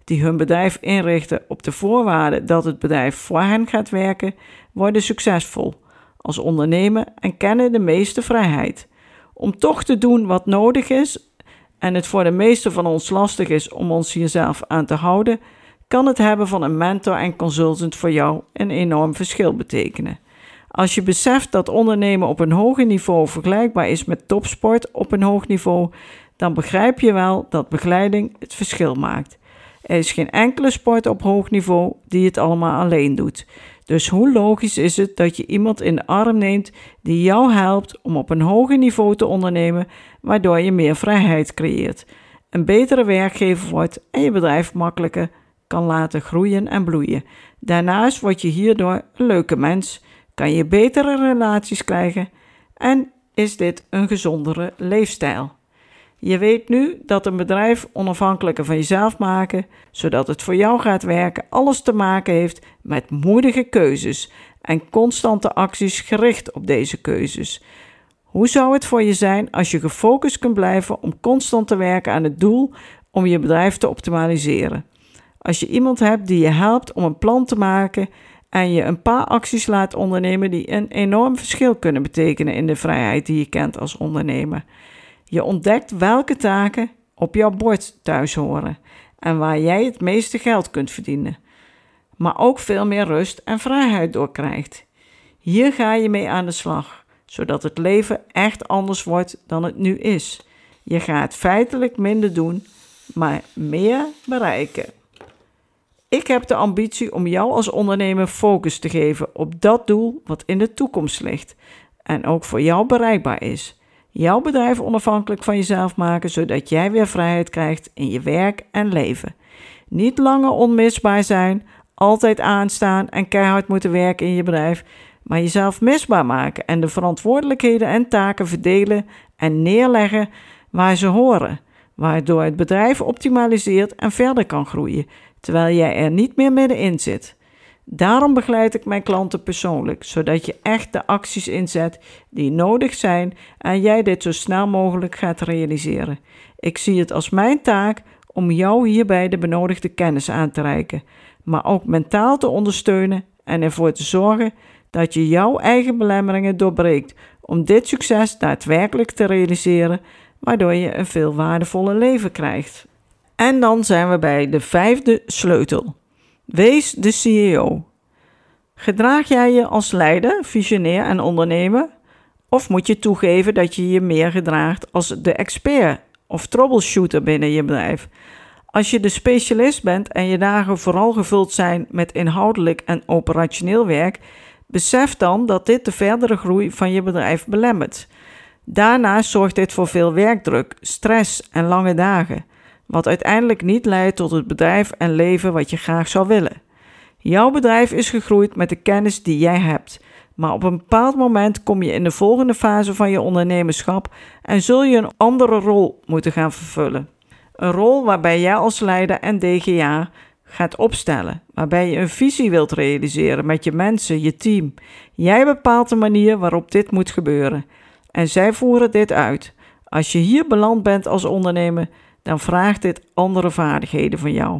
die hun bedrijf inrichten op de voorwaarde dat het bedrijf voor hen gaat werken, worden succesvol als ondernemer en kennen de meeste vrijheid. Om toch te doen wat nodig is en het voor de meesten van ons lastig is om ons hierzelf aan te houden, kan het hebben van een mentor en consultant voor jou een enorm verschil betekenen. Als je beseft dat ondernemen op een hoger niveau vergelijkbaar is met topsport op een hoog niveau, dan begrijp je wel dat begeleiding het verschil maakt. Er is geen enkele sport op hoog niveau die het allemaal alleen doet. Dus hoe logisch is het dat je iemand in de arm neemt die jou helpt om op een hoger niveau te ondernemen, waardoor je meer vrijheid creëert, een betere werkgever wordt en je bedrijf makkelijker kan laten groeien en bloeien. Daarnaast word je hierdoor een leuke mens, kan je betere relaties krijgen en is dit een gezondere leefstijl. Je weet nu dat een bedrijf onafhankelijker van jezelf maken, zodat het voor jou gaat werken, alles te maken heeft met moedige keuzes en constante acties gericht op deze keuzes. Hoe zou het voor je zijn als je gefocust kunt blijven om constant te werken aan het doel om je bedrijf te optimaliseren? Als je iemand hebt die je helpt om een plan te maken en je een paar acties laat ondernemen die een enorm verschil kunnen betekenen in de vrijheid die je kent als ondernemer. Je ontdekt welke taken op jouw bord thuis horen en waar jij het meeste geld kunt verdienen, maar ook veel meer rust en vrijheid door krijgt. Hier ga je mee aan de slag, zodat het leven echt anders wordt dan het nu is. Je gaat feitelijk minder doen, maar meer bereiken. Ik heb de ambitie om jou als ondernemer focus te geven op dat doel wat in de toekomst ligt en ook voor jou bereikbaar is. Jouw bedrijf onafhankelijk van jezelf maken, zodat jij weer vrijheid krijgt in je werk en leven. Niet langer onmisbaar zijn, altijd aanstaan en keihard moeten werken in je bedrijf, maar jezelf misbaar maken en de verantwoordelijkheden en taken verdelen en neerleggen waar ze horen, waardoor het bedrijf optimaliseert en verder kan groeien, terwijl jij er niet meer middenin zit. Daarom begeleid ik mijn klanten persoonlijk, zodat je echt de acties inzet die nodig zijn en jij dit zo snel mogelijk gaat realiseren. Ik zie het als mijn taak om jou hierbij de benodigde kennis aan te reiken, maar ook mentaal te ondersteunen en ervoor te zorgen dat je jouw eigen belemmeringen doorbreekt om dit succes daadwerkelijk te realiseren, waardoor je een veel waardevoller leven krijgt. En dan zijn we bij de vijfde sleutel. Wees de C E O. Gedraag jij je als leider, visionair en ondernemer? Of moet je toegeven dat je je meer gedraagt als de expert of troubleshooter binnen je bedrijf? Als je de specialist bent en je dagen vooral gevuld zijn met inhoudelijk en operationeel werk, besef dan dat dit de verdere groei van je bedrijf belemmert. Daarnaast zorgt dit voor veel werkdruk, stress en lange dagen, wat uiteindelijk niet leidt tot het bedrijf en leven wat je graag zou willen. Jouw bedrijf is gegroeid met de kennis die jij hebt, maar op een bepaald moment kom je in de volgende fase van je ondernemerschap en zul je een andere rol moeten gaan vervullen. Een rol waarbij jij als leider en D G A gaat opstellen, waarbij je een visie wilt realiseren met je mensen, je team. Jij bepaalt de manier waarop dit moet gebeuren en zij voeren dit uit. Als je hier beland bent als ondernemer, dan vraagt dit andere vaardigheden van jou.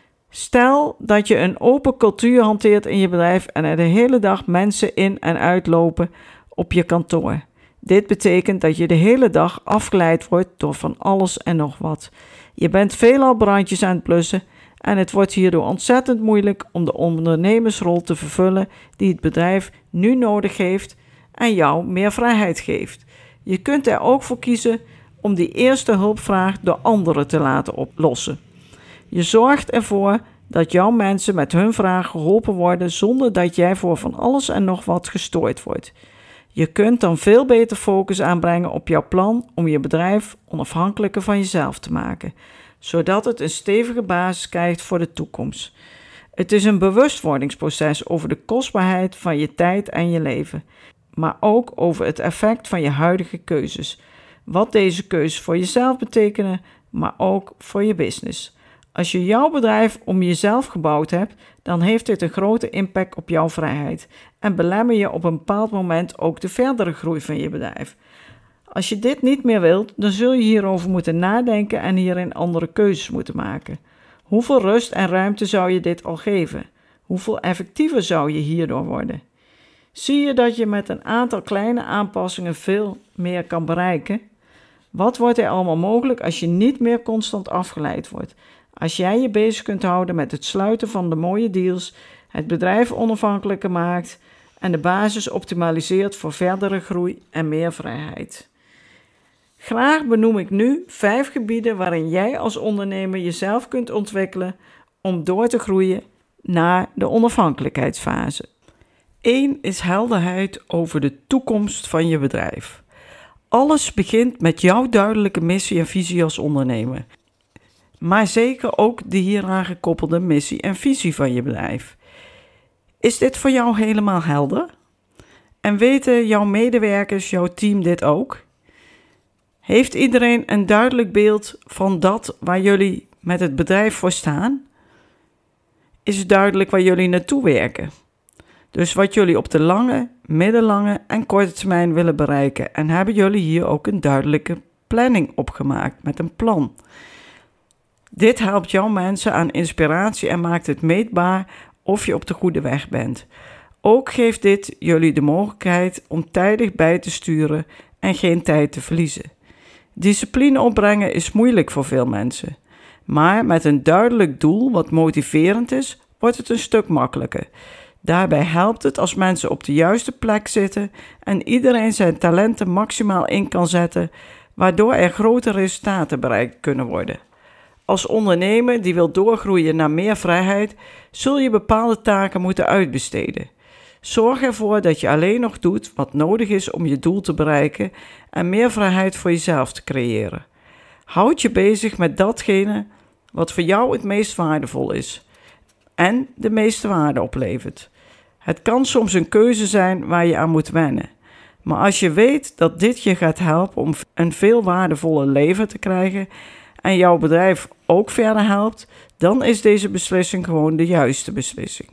Stel dat je een open cultuur hanteert in je bedrijf en er de hele dag mensen in en uitlopen op je kantoor. Dit betekent dat je de hele dag afgeleid wordt door van alles en nog wat. Je bent veelal brandjes aan het blussen en het wordt hierdoor ontzettend moeilijk om de ondernemersrol te vervullen die het bedrijf nu nodig heeft en jou meer vrijheid geeft. Je kunt er ook voor kiezen om die eerste hulpvraag door anderen te laten oplossen. Je zorgt ervoor dat jouw mensen met hun vraag geholpen worden zonder dat jij voor van alles en nog wat gestoord wordt. Je kunt dan veel beter focus aanbrengen op jouw plan om je bedrijf onafhankelijker van jezelf te maken, zodat het een stevige basis krijgt voor de toekomst. Het is een bewustwordingsproces over de kostbaarheid van je tijd en je leven, maar ook over het effect van je huidige keuzes. Wat deze keuzes voor jezelf betekenen, maar ook voor je business. Als je jouw bedrijf om jezelf gebouwd hebt, dan heeft dit een grote impact op jouw vrijheid en belemmer je op een bepaald moment ook de verdere groei van je bedrijf. Als je dit niet meer wilt, dan zul je hierover moeten nadenken en hierin andere keuzes moeten maken. Hoeveel rust en ruimte zou je dit al geven? Hoeveel effectiever zou je hierdoor worden? Zie je dat je met een aantal kleine aanpassingen veel meer kan bereiken? Wat wordt er allemaal mogelijk als je niet meer constant afgeleid wordt? Als jij je bezig kunt houden met het sluiten van de mooie deals, het bedrijf onafhankelijker maakt en de basis optimaliseert voor verdere groei en meer vrijheid. Graag benoem ik nu vijf gebieden waarin jij als ondernemer jezelf kunt ontwikkelen om door te groeien naar de onafhankelijkheidsfase. Eén is helderheid over de toekomst van je bedrijf. Alles begint met jouw duidelijke missie en visie als ondernemer. Maar zeker ook de hieraan gekoppelde missie en visie van je bedrijf. Is dit voor jou helemaal helder? En weten jouw medewerkers, jouw team dit ook? Heeft iedereen een duidelijk beeld van dat waar jullie met het bedrijf voor staan? Is het duidelijk waar jullie naartoe werken? Dus wat jullie op de lange, middellange en korte termijn willen bereiken. En hebben jullie hier ook een duidelijke planning opgemaakt met een plan? Dit helpt jouw mensen aan inspiratie en maakt het meetbaar of je op de goede weg bent. Ook geeft dit jullie de mogelijkheid om tijdig bij te sturen en geen tijd te verliezen. Discipline opbrengen is moeilijk voor veel mensen. Maar met een duidelijk doel wat motiverend is, wordt het een stuk makkelijker. Daarbij helpt het als mensen op de juiste plek zitten en iedereen zijn talenten maximaal in kan zetten, waardoor er grote resultaten bereikt kunnen worden. Als ondernemer die wil doorgroeien naar meer vrijheid, zul je bepaalde taken moeten uitbesteden. Zorg ervoor dat je alleen nog doet wat nodig is om je doel te bereiken en meer vrijheid voor jezelf te creëren. Houd je bezig met datgene wat voor jou het meest waardevol is en de meeste waarde oplevert. Het kan soms een keuze zijn waar je aan moet wennen. Maar als je weet dat dit je gaat helpen om een veel waardevoller leven te krijgen en jouw bedrijf ook verder helpt, dan is deze beslissing gewoon de juiste beslissing.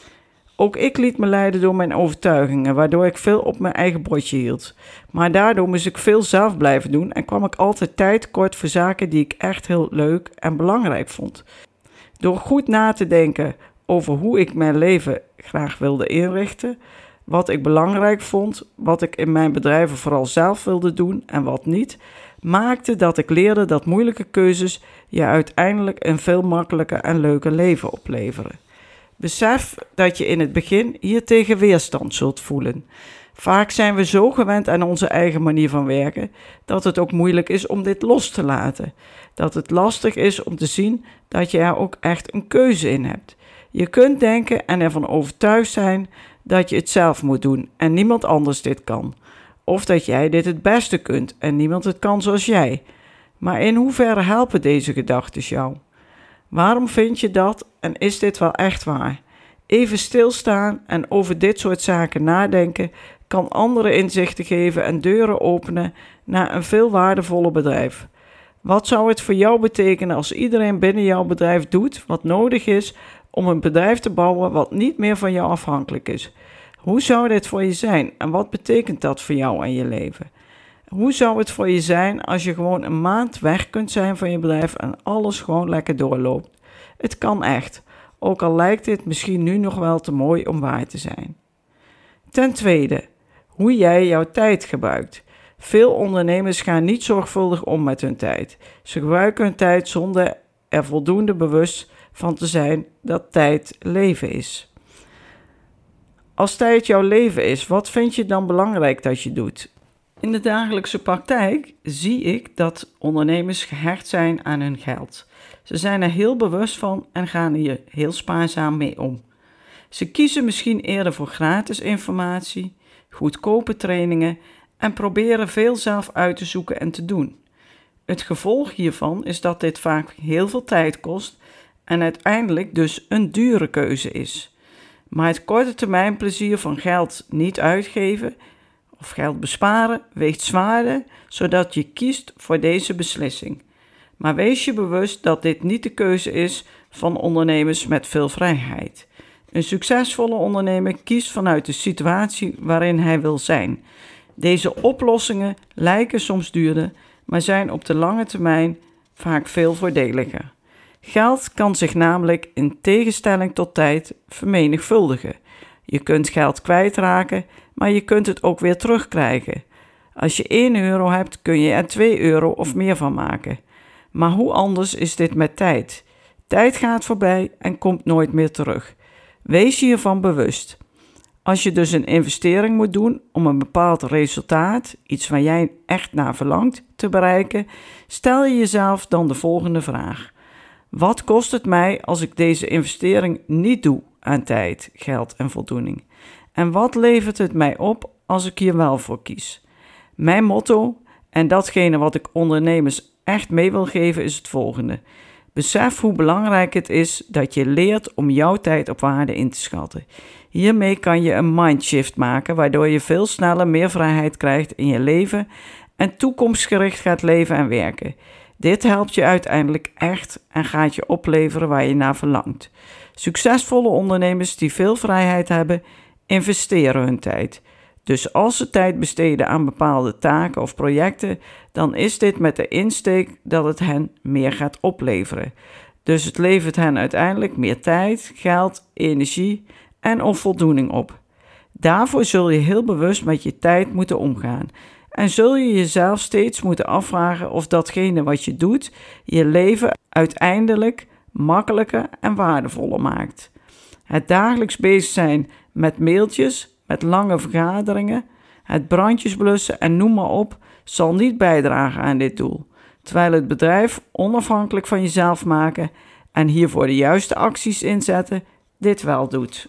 Ook ik liet me leiden door mijn overtuigingen, waardoor ik veel op mijn eigen bordje hield. Maar daardoor moest ik veel zelf blijven doen en kwam ik altijd tijd tekort voor zaken die ik echt heel leuk en belangrijk vond. Door goed na te denken over hoe ik mijn leven graag wilde inrichten, wat ik belangrijk vond, wat ik in mijn bedrijven vooral zelf wilde doen en wat niet, maakte dat ik leerde dat moeilijke keuzes je uiteindelijk een veel makkelijker en leuker leven opleveren. Besef dat je in het begin hier tegen weerstand zult voelen. Vaak zijn we zo gewend aan onze eigen manier van werken dat het ook moeilijk is om dit los te laten. Dat het lastig is om te zien dat je er ook echt een keuze in hebt. Je kunt denken en ervan overtuigd zijn dat je het zelf moet doen en niemand anders dit kan. Of dat jij dit het beste kunt en niemand het kan zoals jij. Maar in hoeverre helpen deze gedachten jou? Waarom vind je dat en is dit wel echt waar? Even stilstaan en over dit soort zaken nadenken kan andere inzichten geven en deuren openen naar een veel waardevoller bedrijf. Wat zou het voor jou betekenen als iedereen binnen jouw bedrijf doet wat nodig is om een bedrijf te bouwen wat niet meer van jou afhankelijk is? Hoe zou dit voor je zijn en wat betekent dat voor jou en je leven? Hoe zou het voor je zijn als je gewoon een maand weg kunt zijn van je bedrijf en alles gewoon lekker doorloopt? Het kan echt, ook al lijkt dit misschien nu nog wel te mooi om waar te zijn. Ten tweede, hoe jij jouw tijd gebruikt. Veel ondernemers gaan niet zorgvuldig om met hun tijd. Ze gebruiken hun tijd zonder er voldoende bewust van te zijn dat tijd leven is. Als tijd jouw leven is, wat vind je dan belangrijk dat je doet? In de dagelijkse praktijk zie ik dat ondernemers gehecht zijn aan hun geld. Ze zijn er heel bewust van en gaan hier heel spaarzaam mee om. Ze kiezen misschien eerder voor gratis informatie, goedkope trainingen en proberen veel zelf uit te zoeken en te doen. Het gevolg hiervan is dat dit vaak heel veel tijd kost en uiteindelijk dus een dure keuze is. Maar het korte termijn plezier van geld niet uitgeven of geld besparen weegt zwaarder, zodat je kiest voor deze beslissing. Maar wees je bewust dat dit niet de keuze is van ondernemers met veel vrijheid. Een succesvolle ondernemer kiest vanuit de situatie waarin hij wil zijn. Deze oplossingen lijken soms duurder, maar zijn op de lange termijn vaak veel voordeliger. Geld kan zich namelijk in tegenstelling tot tijd vermenigvuldigen. Je kunt geld kwijtraken, maar je kunt het ook weer terugkrijgen. Als je één euro hebt, kun je er twee euro of meer van maken. Maar hoe anders is dit met tijd? Tijd gaat voorbij en komt nooit meer terug. Wees je hiervan bewust. Als je dus een investering moet doen om een bepaald resultaat, iets waar jij echt naar verlangt, te bereiken, stel je jezelf dan de volgende vraag. Wat kost het mij als ik deze investering niet doe aan tijd, geld en voldoening? En wat levert het mij op als ik hier wel voor kies? Mijn motto, en datgene wat ik ondernemers echt mee wil geven, is het volgende. Besef hoe belangrijk het is dat je leert om jouw tijd op waarde in te schatten. Hiermee kan je een mindshift maken, waardoor je veel sneller meer vrijheid krijgt in je leven en toekomstgericht gaat leven en werken. Dit helpt je uiteindelijk echt en gaat je opleveren waar je naar verlangt. Succesvolle ondernemers die veel vrijheid hebben, investeren hun tijd. Dus als ze tijd besteden aan bepaalde taken of projecten, dan is dit met de insteek dat het hen meer gaat opleveren. Dus het levert hen uiteindelijk meer tijd, geld, energie en of voldoening op. Daarvoor zul je heel bewust met je tijd moeten omgaan. En zul je jezelf steeds moeten afvragen of datgene wat je doet, je leven uiteindelijk makkelijker en waardevoller maakt. Het dagelijks bezig zijn met mailtjes, met lange vergaderingen, het brandjes blussen en noem maar op, zal niet bijdragen aan dit doel. Terwijl het bedrijf onafhankelijk van jezelf maken en hiervoor de juiste acties inzetten, dit wel doet.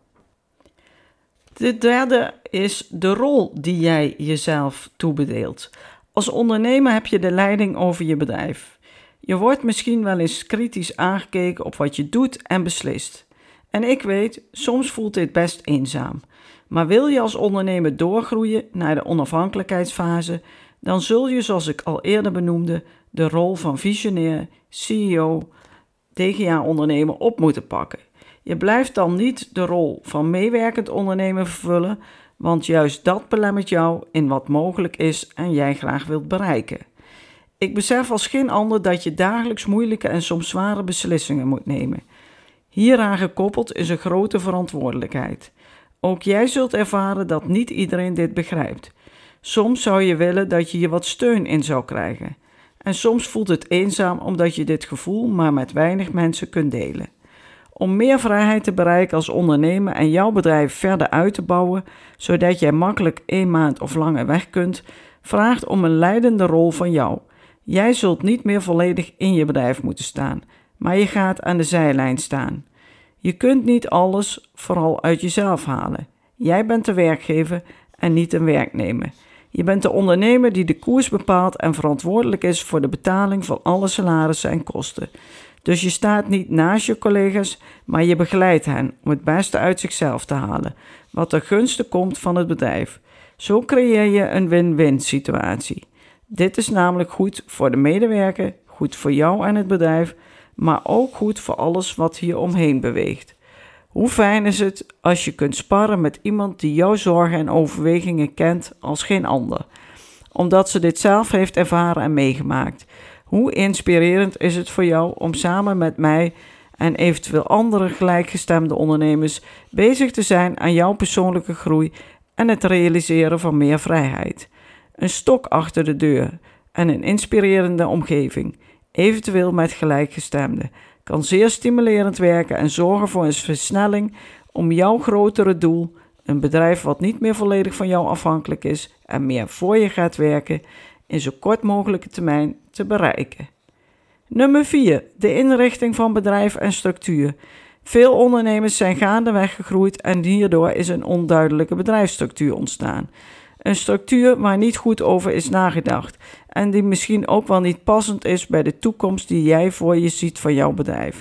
De derde is de rol die jij jezelf toebedeelt. Als ondernemer heb je de leiding over je bedrijf. Je wordt misschien wel eens kritisch aangekeken op wat je doet en beslist. En ik weet, soms voelt dit best eenzaam. Maar wil je als ondernemer doorgroeien naar de onafhankelijkheidsfase, dan zul je, zoals ik al eerder benoemde, de rol van visionair, C E O, D G A-ondernemer op moeten pakken. Je blijft dan niet de rol van meewerkend ondernemer vervullen, want juist dat belemmert jou in wat mogelijk is en jij graag wilt bereiken. Ik besef als geen ander dat je dagelijks moeilijke en soms zware beslissingen moet nemen. Hieraan gekoppeld is een grote verantwoordelijkheid. Ook jij zult ervaren dat niet iedereen dit begrijpt. Soms zou je willen dat je hier wat steun in zou krijgen. En soms voelt het eenzaam omdat je dit gevoel maar met weinig mensen kunt delen. Om meer vrijheid te bereiken als ondernemer en jouw bedrijf verder uit te bouwen, zodat jij makkelijk één maand of langer weg kunt, vraagt om een leidende rol van jou. Jij zult niet meer volledig in je bedrijf moeten staan, maar je gaat aan de zijlijn staan. Je kunt niet alles vooral uit jezelf halen. Jij bent de werkgever en niet een werknemer. Je bent de ondernemer die de koers bepaalt en verantwoordelijk is voor de betaling van alle salarissen en kosten. Dus je staat niet naast je collega's, maar je begeleidt hen om het beste uit zichzelf te halen, wat ten gunste komt van het bedrijf. Zo creëer je een win-win situatie. Dit is namelijk goed voor de medewerker, goed voor jou en het bedrijf, maar ook goed voor alles wat hier omheen beweegt. Hoe fijn is het als je kunt sparren met iemand die jouw zorgen en overwegingen kent als geen ander, omdat ze dit zelf heeft ervaren en meegemaakt. Hoe inspirerend is het voor jou om samen met mij en eventueel andere gelijkgestemde ondernemers bezig te zijn aan jouw persoonlijke groei en het realiseren van meer vrijheid. Een stok achter de deur en een inspirerende omgeving, eventueel met gelijkgestemden, kan zeer stimulerend werken en zorgen voor een versnelling om jouw grotere doel, een bedrijf wat niet meer volledig van jou afhankelijk is en meer voor je gaat werken, in zo kort mogelijke termijn te bereiken. Nummer vier. De inrichting van bedrijf en structuur. Veel ondernemers zijn gaandeweg gegroeid en hierdoor is een onduidelijke bedrijfsstructuur ontstaan. Een structuur waar niet goed over is nagedacht en die misschien ook wel niet passend is bij de toekomst die jij voor je ziet van jouw bedrijf.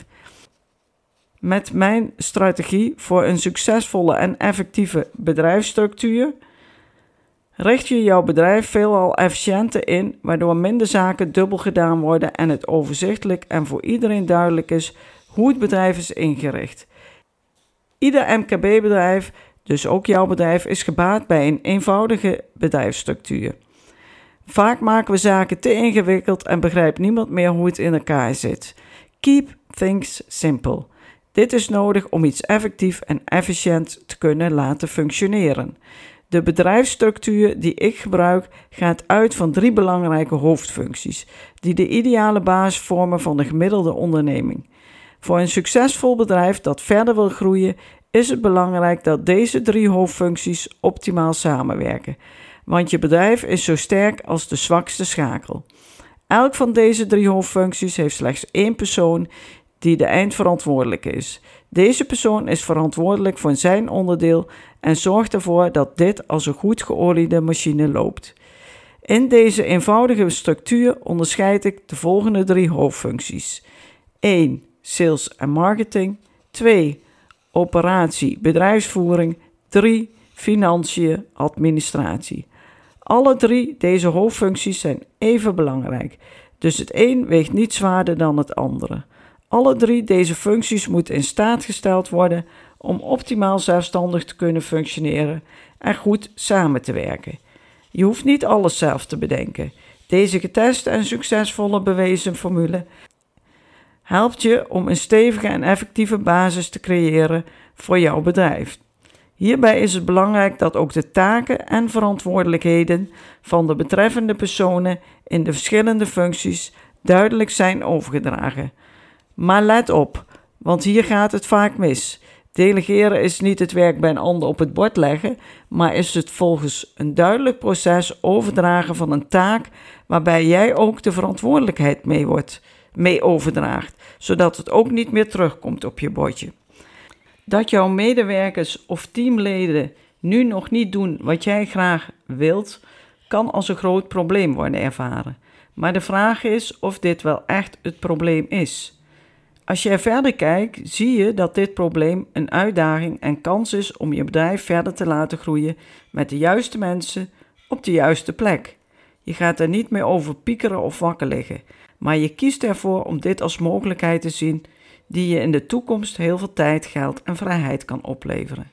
Met mijn strategie voor een succesvolle en effectieve bedrijfsstructuur richt je jouw bedrijf veelal efficiënter in, waardoor minder zaken dubbel gedaan worden en het overzichtelijk en voor iedereen duidelijk is hoe het bedrijf is ingericht. Ieder M K B-bedrijf, dus ook jouw bedrijf, is gebaat bij een eenvoudige bedrijfsstructuur. Vaak maken we zaken te ingewikkeld en begrijpt niemand meer hoe het in elkaar zit. Keep things simple. Dit is nodig om iets effectief en efficiënt te kunnen laten functioneren. De bedrijfsstructuur die ik gebruik gaat uit van drie belangrijke hoofdfuncties, die de ideale basis vormen van de gemiddelde onderneming. Voor een succesvol bedrijf dat verder wil groeien, is het belangrijk dat deze drie hoofdfuncties optimaal samenwerken, want je bedrijf is zo sterk als de zwakste schakel. Elk van deze drie hoofdfuncties heeft slechts één persoon die de eindverantwoordelijke is. Deze persoon is verantwoordelijk voor zijn onderdeel en zorgt ervoor dat dit als een goed geoliede machine loopt. In deze eenvoudige structuur onderscheid ik de volgende drie hoofdfuncties. één. Sales en marketing. twee. Operatie, bedrijfsvoering. drie. Financiën, administratie. Alle drie deze hoofdfuncties zijn even belangrijk, dus het een weegt niet zwaarder dan het andere. Alle drie deze functies moeten in staat gesteld worden om optimaal zelfstandig te kunnen functioneren en goed samen te werken. Je hoeft niet alles zelf te bedenken. Deze geteste en succesvolle bewezen formule helpt je om een stevige en effectieve basis te creëren voor jouw bedrijf. Hierbij is het belangrijk dat ook de taken en verantwoordelijkheden van de betreffende personen in de verschillende functies duidelijk zijn overgedragen. Maar let op, want hier gaat het vaak mis. Delegeren is niet het werk bij een ander op het bord leggen, maar is het volgens een duidelijk proces overdragen van een taak waarbij jij ook de verantwoordelijkheid mee, wordt, mee overdraagt, zodat het ook niet meer terugkomt op je bordje. Dat jouw medewerkers of teamleden nu nog niet doen wat jij graag wilt, kan als een groot probleem worden ervaren. Maar de vraag is of dit wel echt het probleem is. Als je er verder kijkt, zie je dat dit probleem een uitdaging en kans is om je bedrijf verder te laten groeien met de juiste mensen op de juiste plek. Je gaat er niet meer over piekeren of wakker liggen, maar je kiest ervoor om dit als mogelijkheid te zien die je in de toekomst heel veel tijd, geld en vrijheid kan opleveren.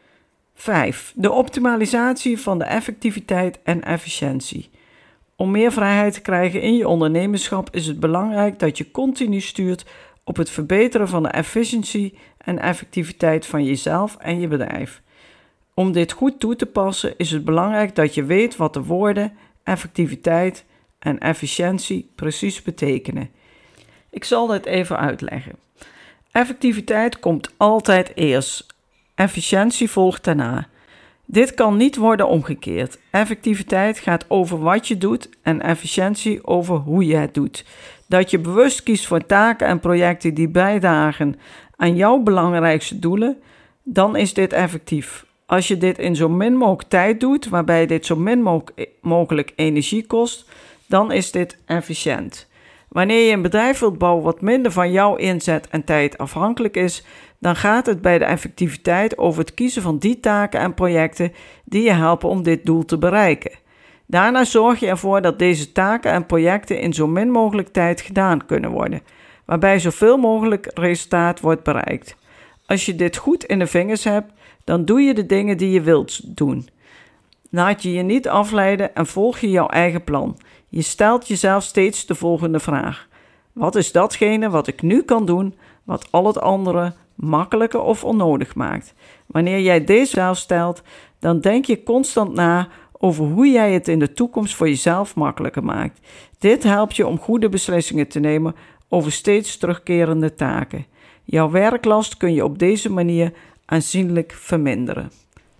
vijf. De optimalisatie van de effectiviteit en efficiëntie. Om meer vrijheid te krijgen in je ondernemerschap is het belangrijk dat je continu stuurt op het verbeteren van de efficiëntie en effectiviteit van jezelf en je bedrijf. Om dit goed toe te passen is het belangrijk dat je weet wat de woorden effectiviteit en efficiëntie precies betekenen. Ik zal dit even uitleggen. Effectiviteit komt altijd eerst. Efficiëntie volgt daarna. Dit kan niet worden omgekeerd. Effectiviteit gaat over wat je doet en efficiëntie over hoe je het doet. Dat je bewust kiest voor taken en projecten die bijdragen aan jouw belangrijkste doelen, dan is dit effectief. Als je dit in zo min mogelijk tijd doet, waarbij dit zo min mogelijk energie kost, dan is dit efficiënt. Wanneer je een bedrijf wilt bouwen wat minder van jouw inzet en tijd afhankelijk is, dan gaat het bij de effectiviteit over het kiezen van die taken en projecten die je helpen om dit doel te bereiken. Daarna zorg je ervoor dat deze taken en projecten in zo min mogelijk tijd gedaan kunnen worden, waarbij zoveel mogelijk resultaat wordt bereikt. Als je dit goed in de vingers hebt, dan doe je de dingen die je wilt doen. Laat je je niet afleiden en volg je jouw eigen plan. Je stelt jezelf steeds de volgende vraag. Wat is datgene wat ik nu kan doen, wat al het andere makkelijker of onnodig maakt? Wanneer jij deze zelf stelt, dan denk je constant na over hoe jij het in de toekomst voor jezelf makkelijker maakt. Dit helpt je om goede beslissingen te nemen over steeds terugkerende taken. Jouw werklast kun je op deze manier aanzienlijk verminderen.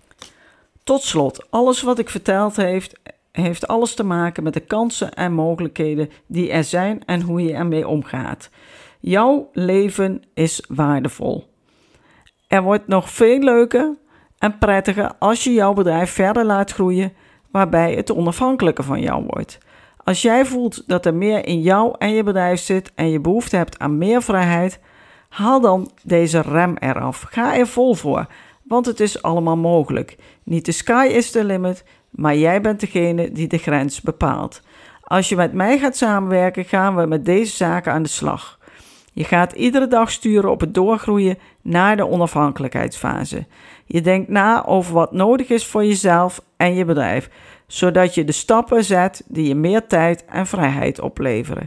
Tot slot, alles wat ik verteld heeft, heeft alles te maken met de kansen en mogelijkheden die er zijn en hoe je ermee omgaat. Jouw leven is waardevol. Er wordt nog veel leuker en prettiger als je jouw bedrijf verder laat groeien, waarbij het onafhankelijker van jou wordt. Als jij voelt dat er meer in jou en je bedrijf zit en je behoefte hebt aan meer vrijheid, haal dan deze rem eraf. Ga er vol voor, want het is allemaal mogelijk. Niet de sky is the limit, maar jij bent degene die de grens bepaalt. Als je met mij gaat samenwerken, gaan we met deze zaken aan de slag. Je gaat iedere dag sturen op het doorgroeien naar de onafhankelijkheidsfase. Je denkt na over wat nodig is voor jezelf en je bedrijf, zodat je de stappen zet die je meer tijd en vrijheid opleveren.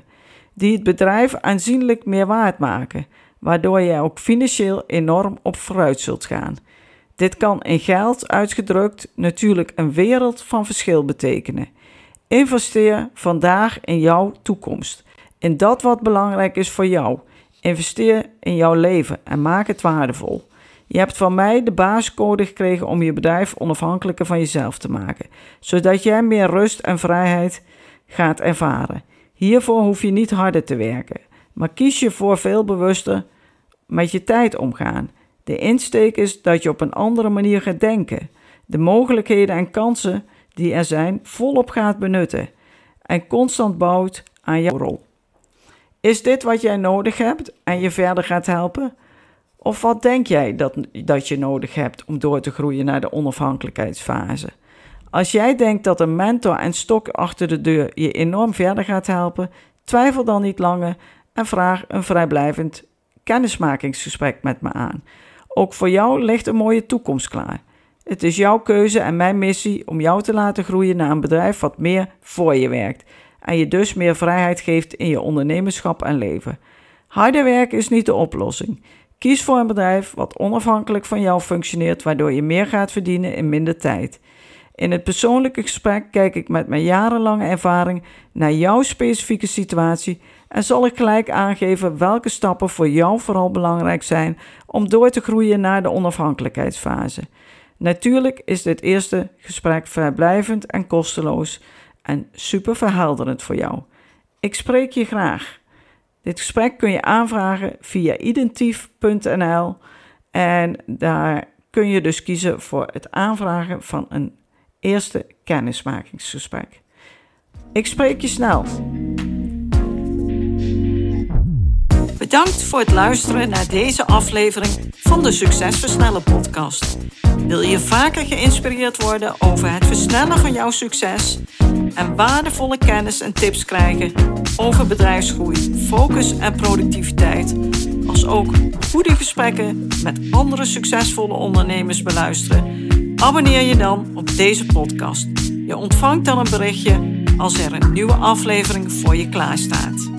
die het bedrijf aanzienlijk meer waard maken, waardoor jij ook financieel enorm op vooruit zult gaan. Dit kan in geld uitgedrukt natuurlijk een wereld van verschil betekenen. Investeer vandaag in jouw toekomst, in dat wat belangrijk is voor jou. Investeer in jouw leven en maak het waardevol. Je hebt van mij de basiscode gekregen om je bedrijf onafhankelijker van jezelf te maken, zodat jij meer rust en vrijheid gaat ervaren. Hiervoor hoef je niet harder te werken, maar kies je voor veel bewuster met je tijd omgaan. De insteek is dat je op een andere manier gaat denken, de mogelijkheden en kansen die er zijn volop gaat benutten en constant bouwt aan jouw rol. Is dit wat jij nodig hebt en je verder gaat helpen? Of wat denk jij dat, dat je nodig hebt om door te groeien naar de onafhankelijkheidsfase? Als jij denkt dat een mentor en stok achter de deur je enorm verder gaat helpen, twijfel dan niet langer en vraag een vrijblijvend kennismakingsgesprek met me aan. Ook voor jou ligt een mooie toekomst klaar. Het is jouw keuze en mijn missie om jou te laten groeien naar een bedrijf wat meer voor je werkt en je dus meer vrijheid geeft in je ondernemerschap en leven. Harder werken is niet de oplossing. Kies voor een bedrijf wat onafhankelijk van jou functioneert, waardoor je meer gaat verdienen in minder tijd. In het persoonlijke gesprek kijk ik met mijn jarenlange ervaring naar jouw specifieke situatie en zal ik gelijk aangeven welke stappen voor jou vooral belangrijk zijn om door te groeien naar de onafhankelijkheidsfase. Natuurlijk is dit eerste gesprek vrijblijvend en kosteloos en super verhelderend voor jou. Ik spreek je graag. Dit gesprek kun je aanvragen via identief punt n l en daar kun je dus kiezen voor het aanvragen van een eerste kennismakingsgesprek. Ik spreek je snel. Bedankt voor het luisteren naar deze aflevering van de Succes Versnellen podcast. Wil je vaker geïnspireerd worden over het versnellen van jouw succes en waardevolle kennis en tips krijgen over bedrijfsgroei, focus en productiviteit, als ook goede gesprekken met andere succesvolle ondernemers beluisteren? Abonneer je dan op deze podcast. Je ontvangt dan een berichtje als er een nieuwe aflevering voor je klaarstaat.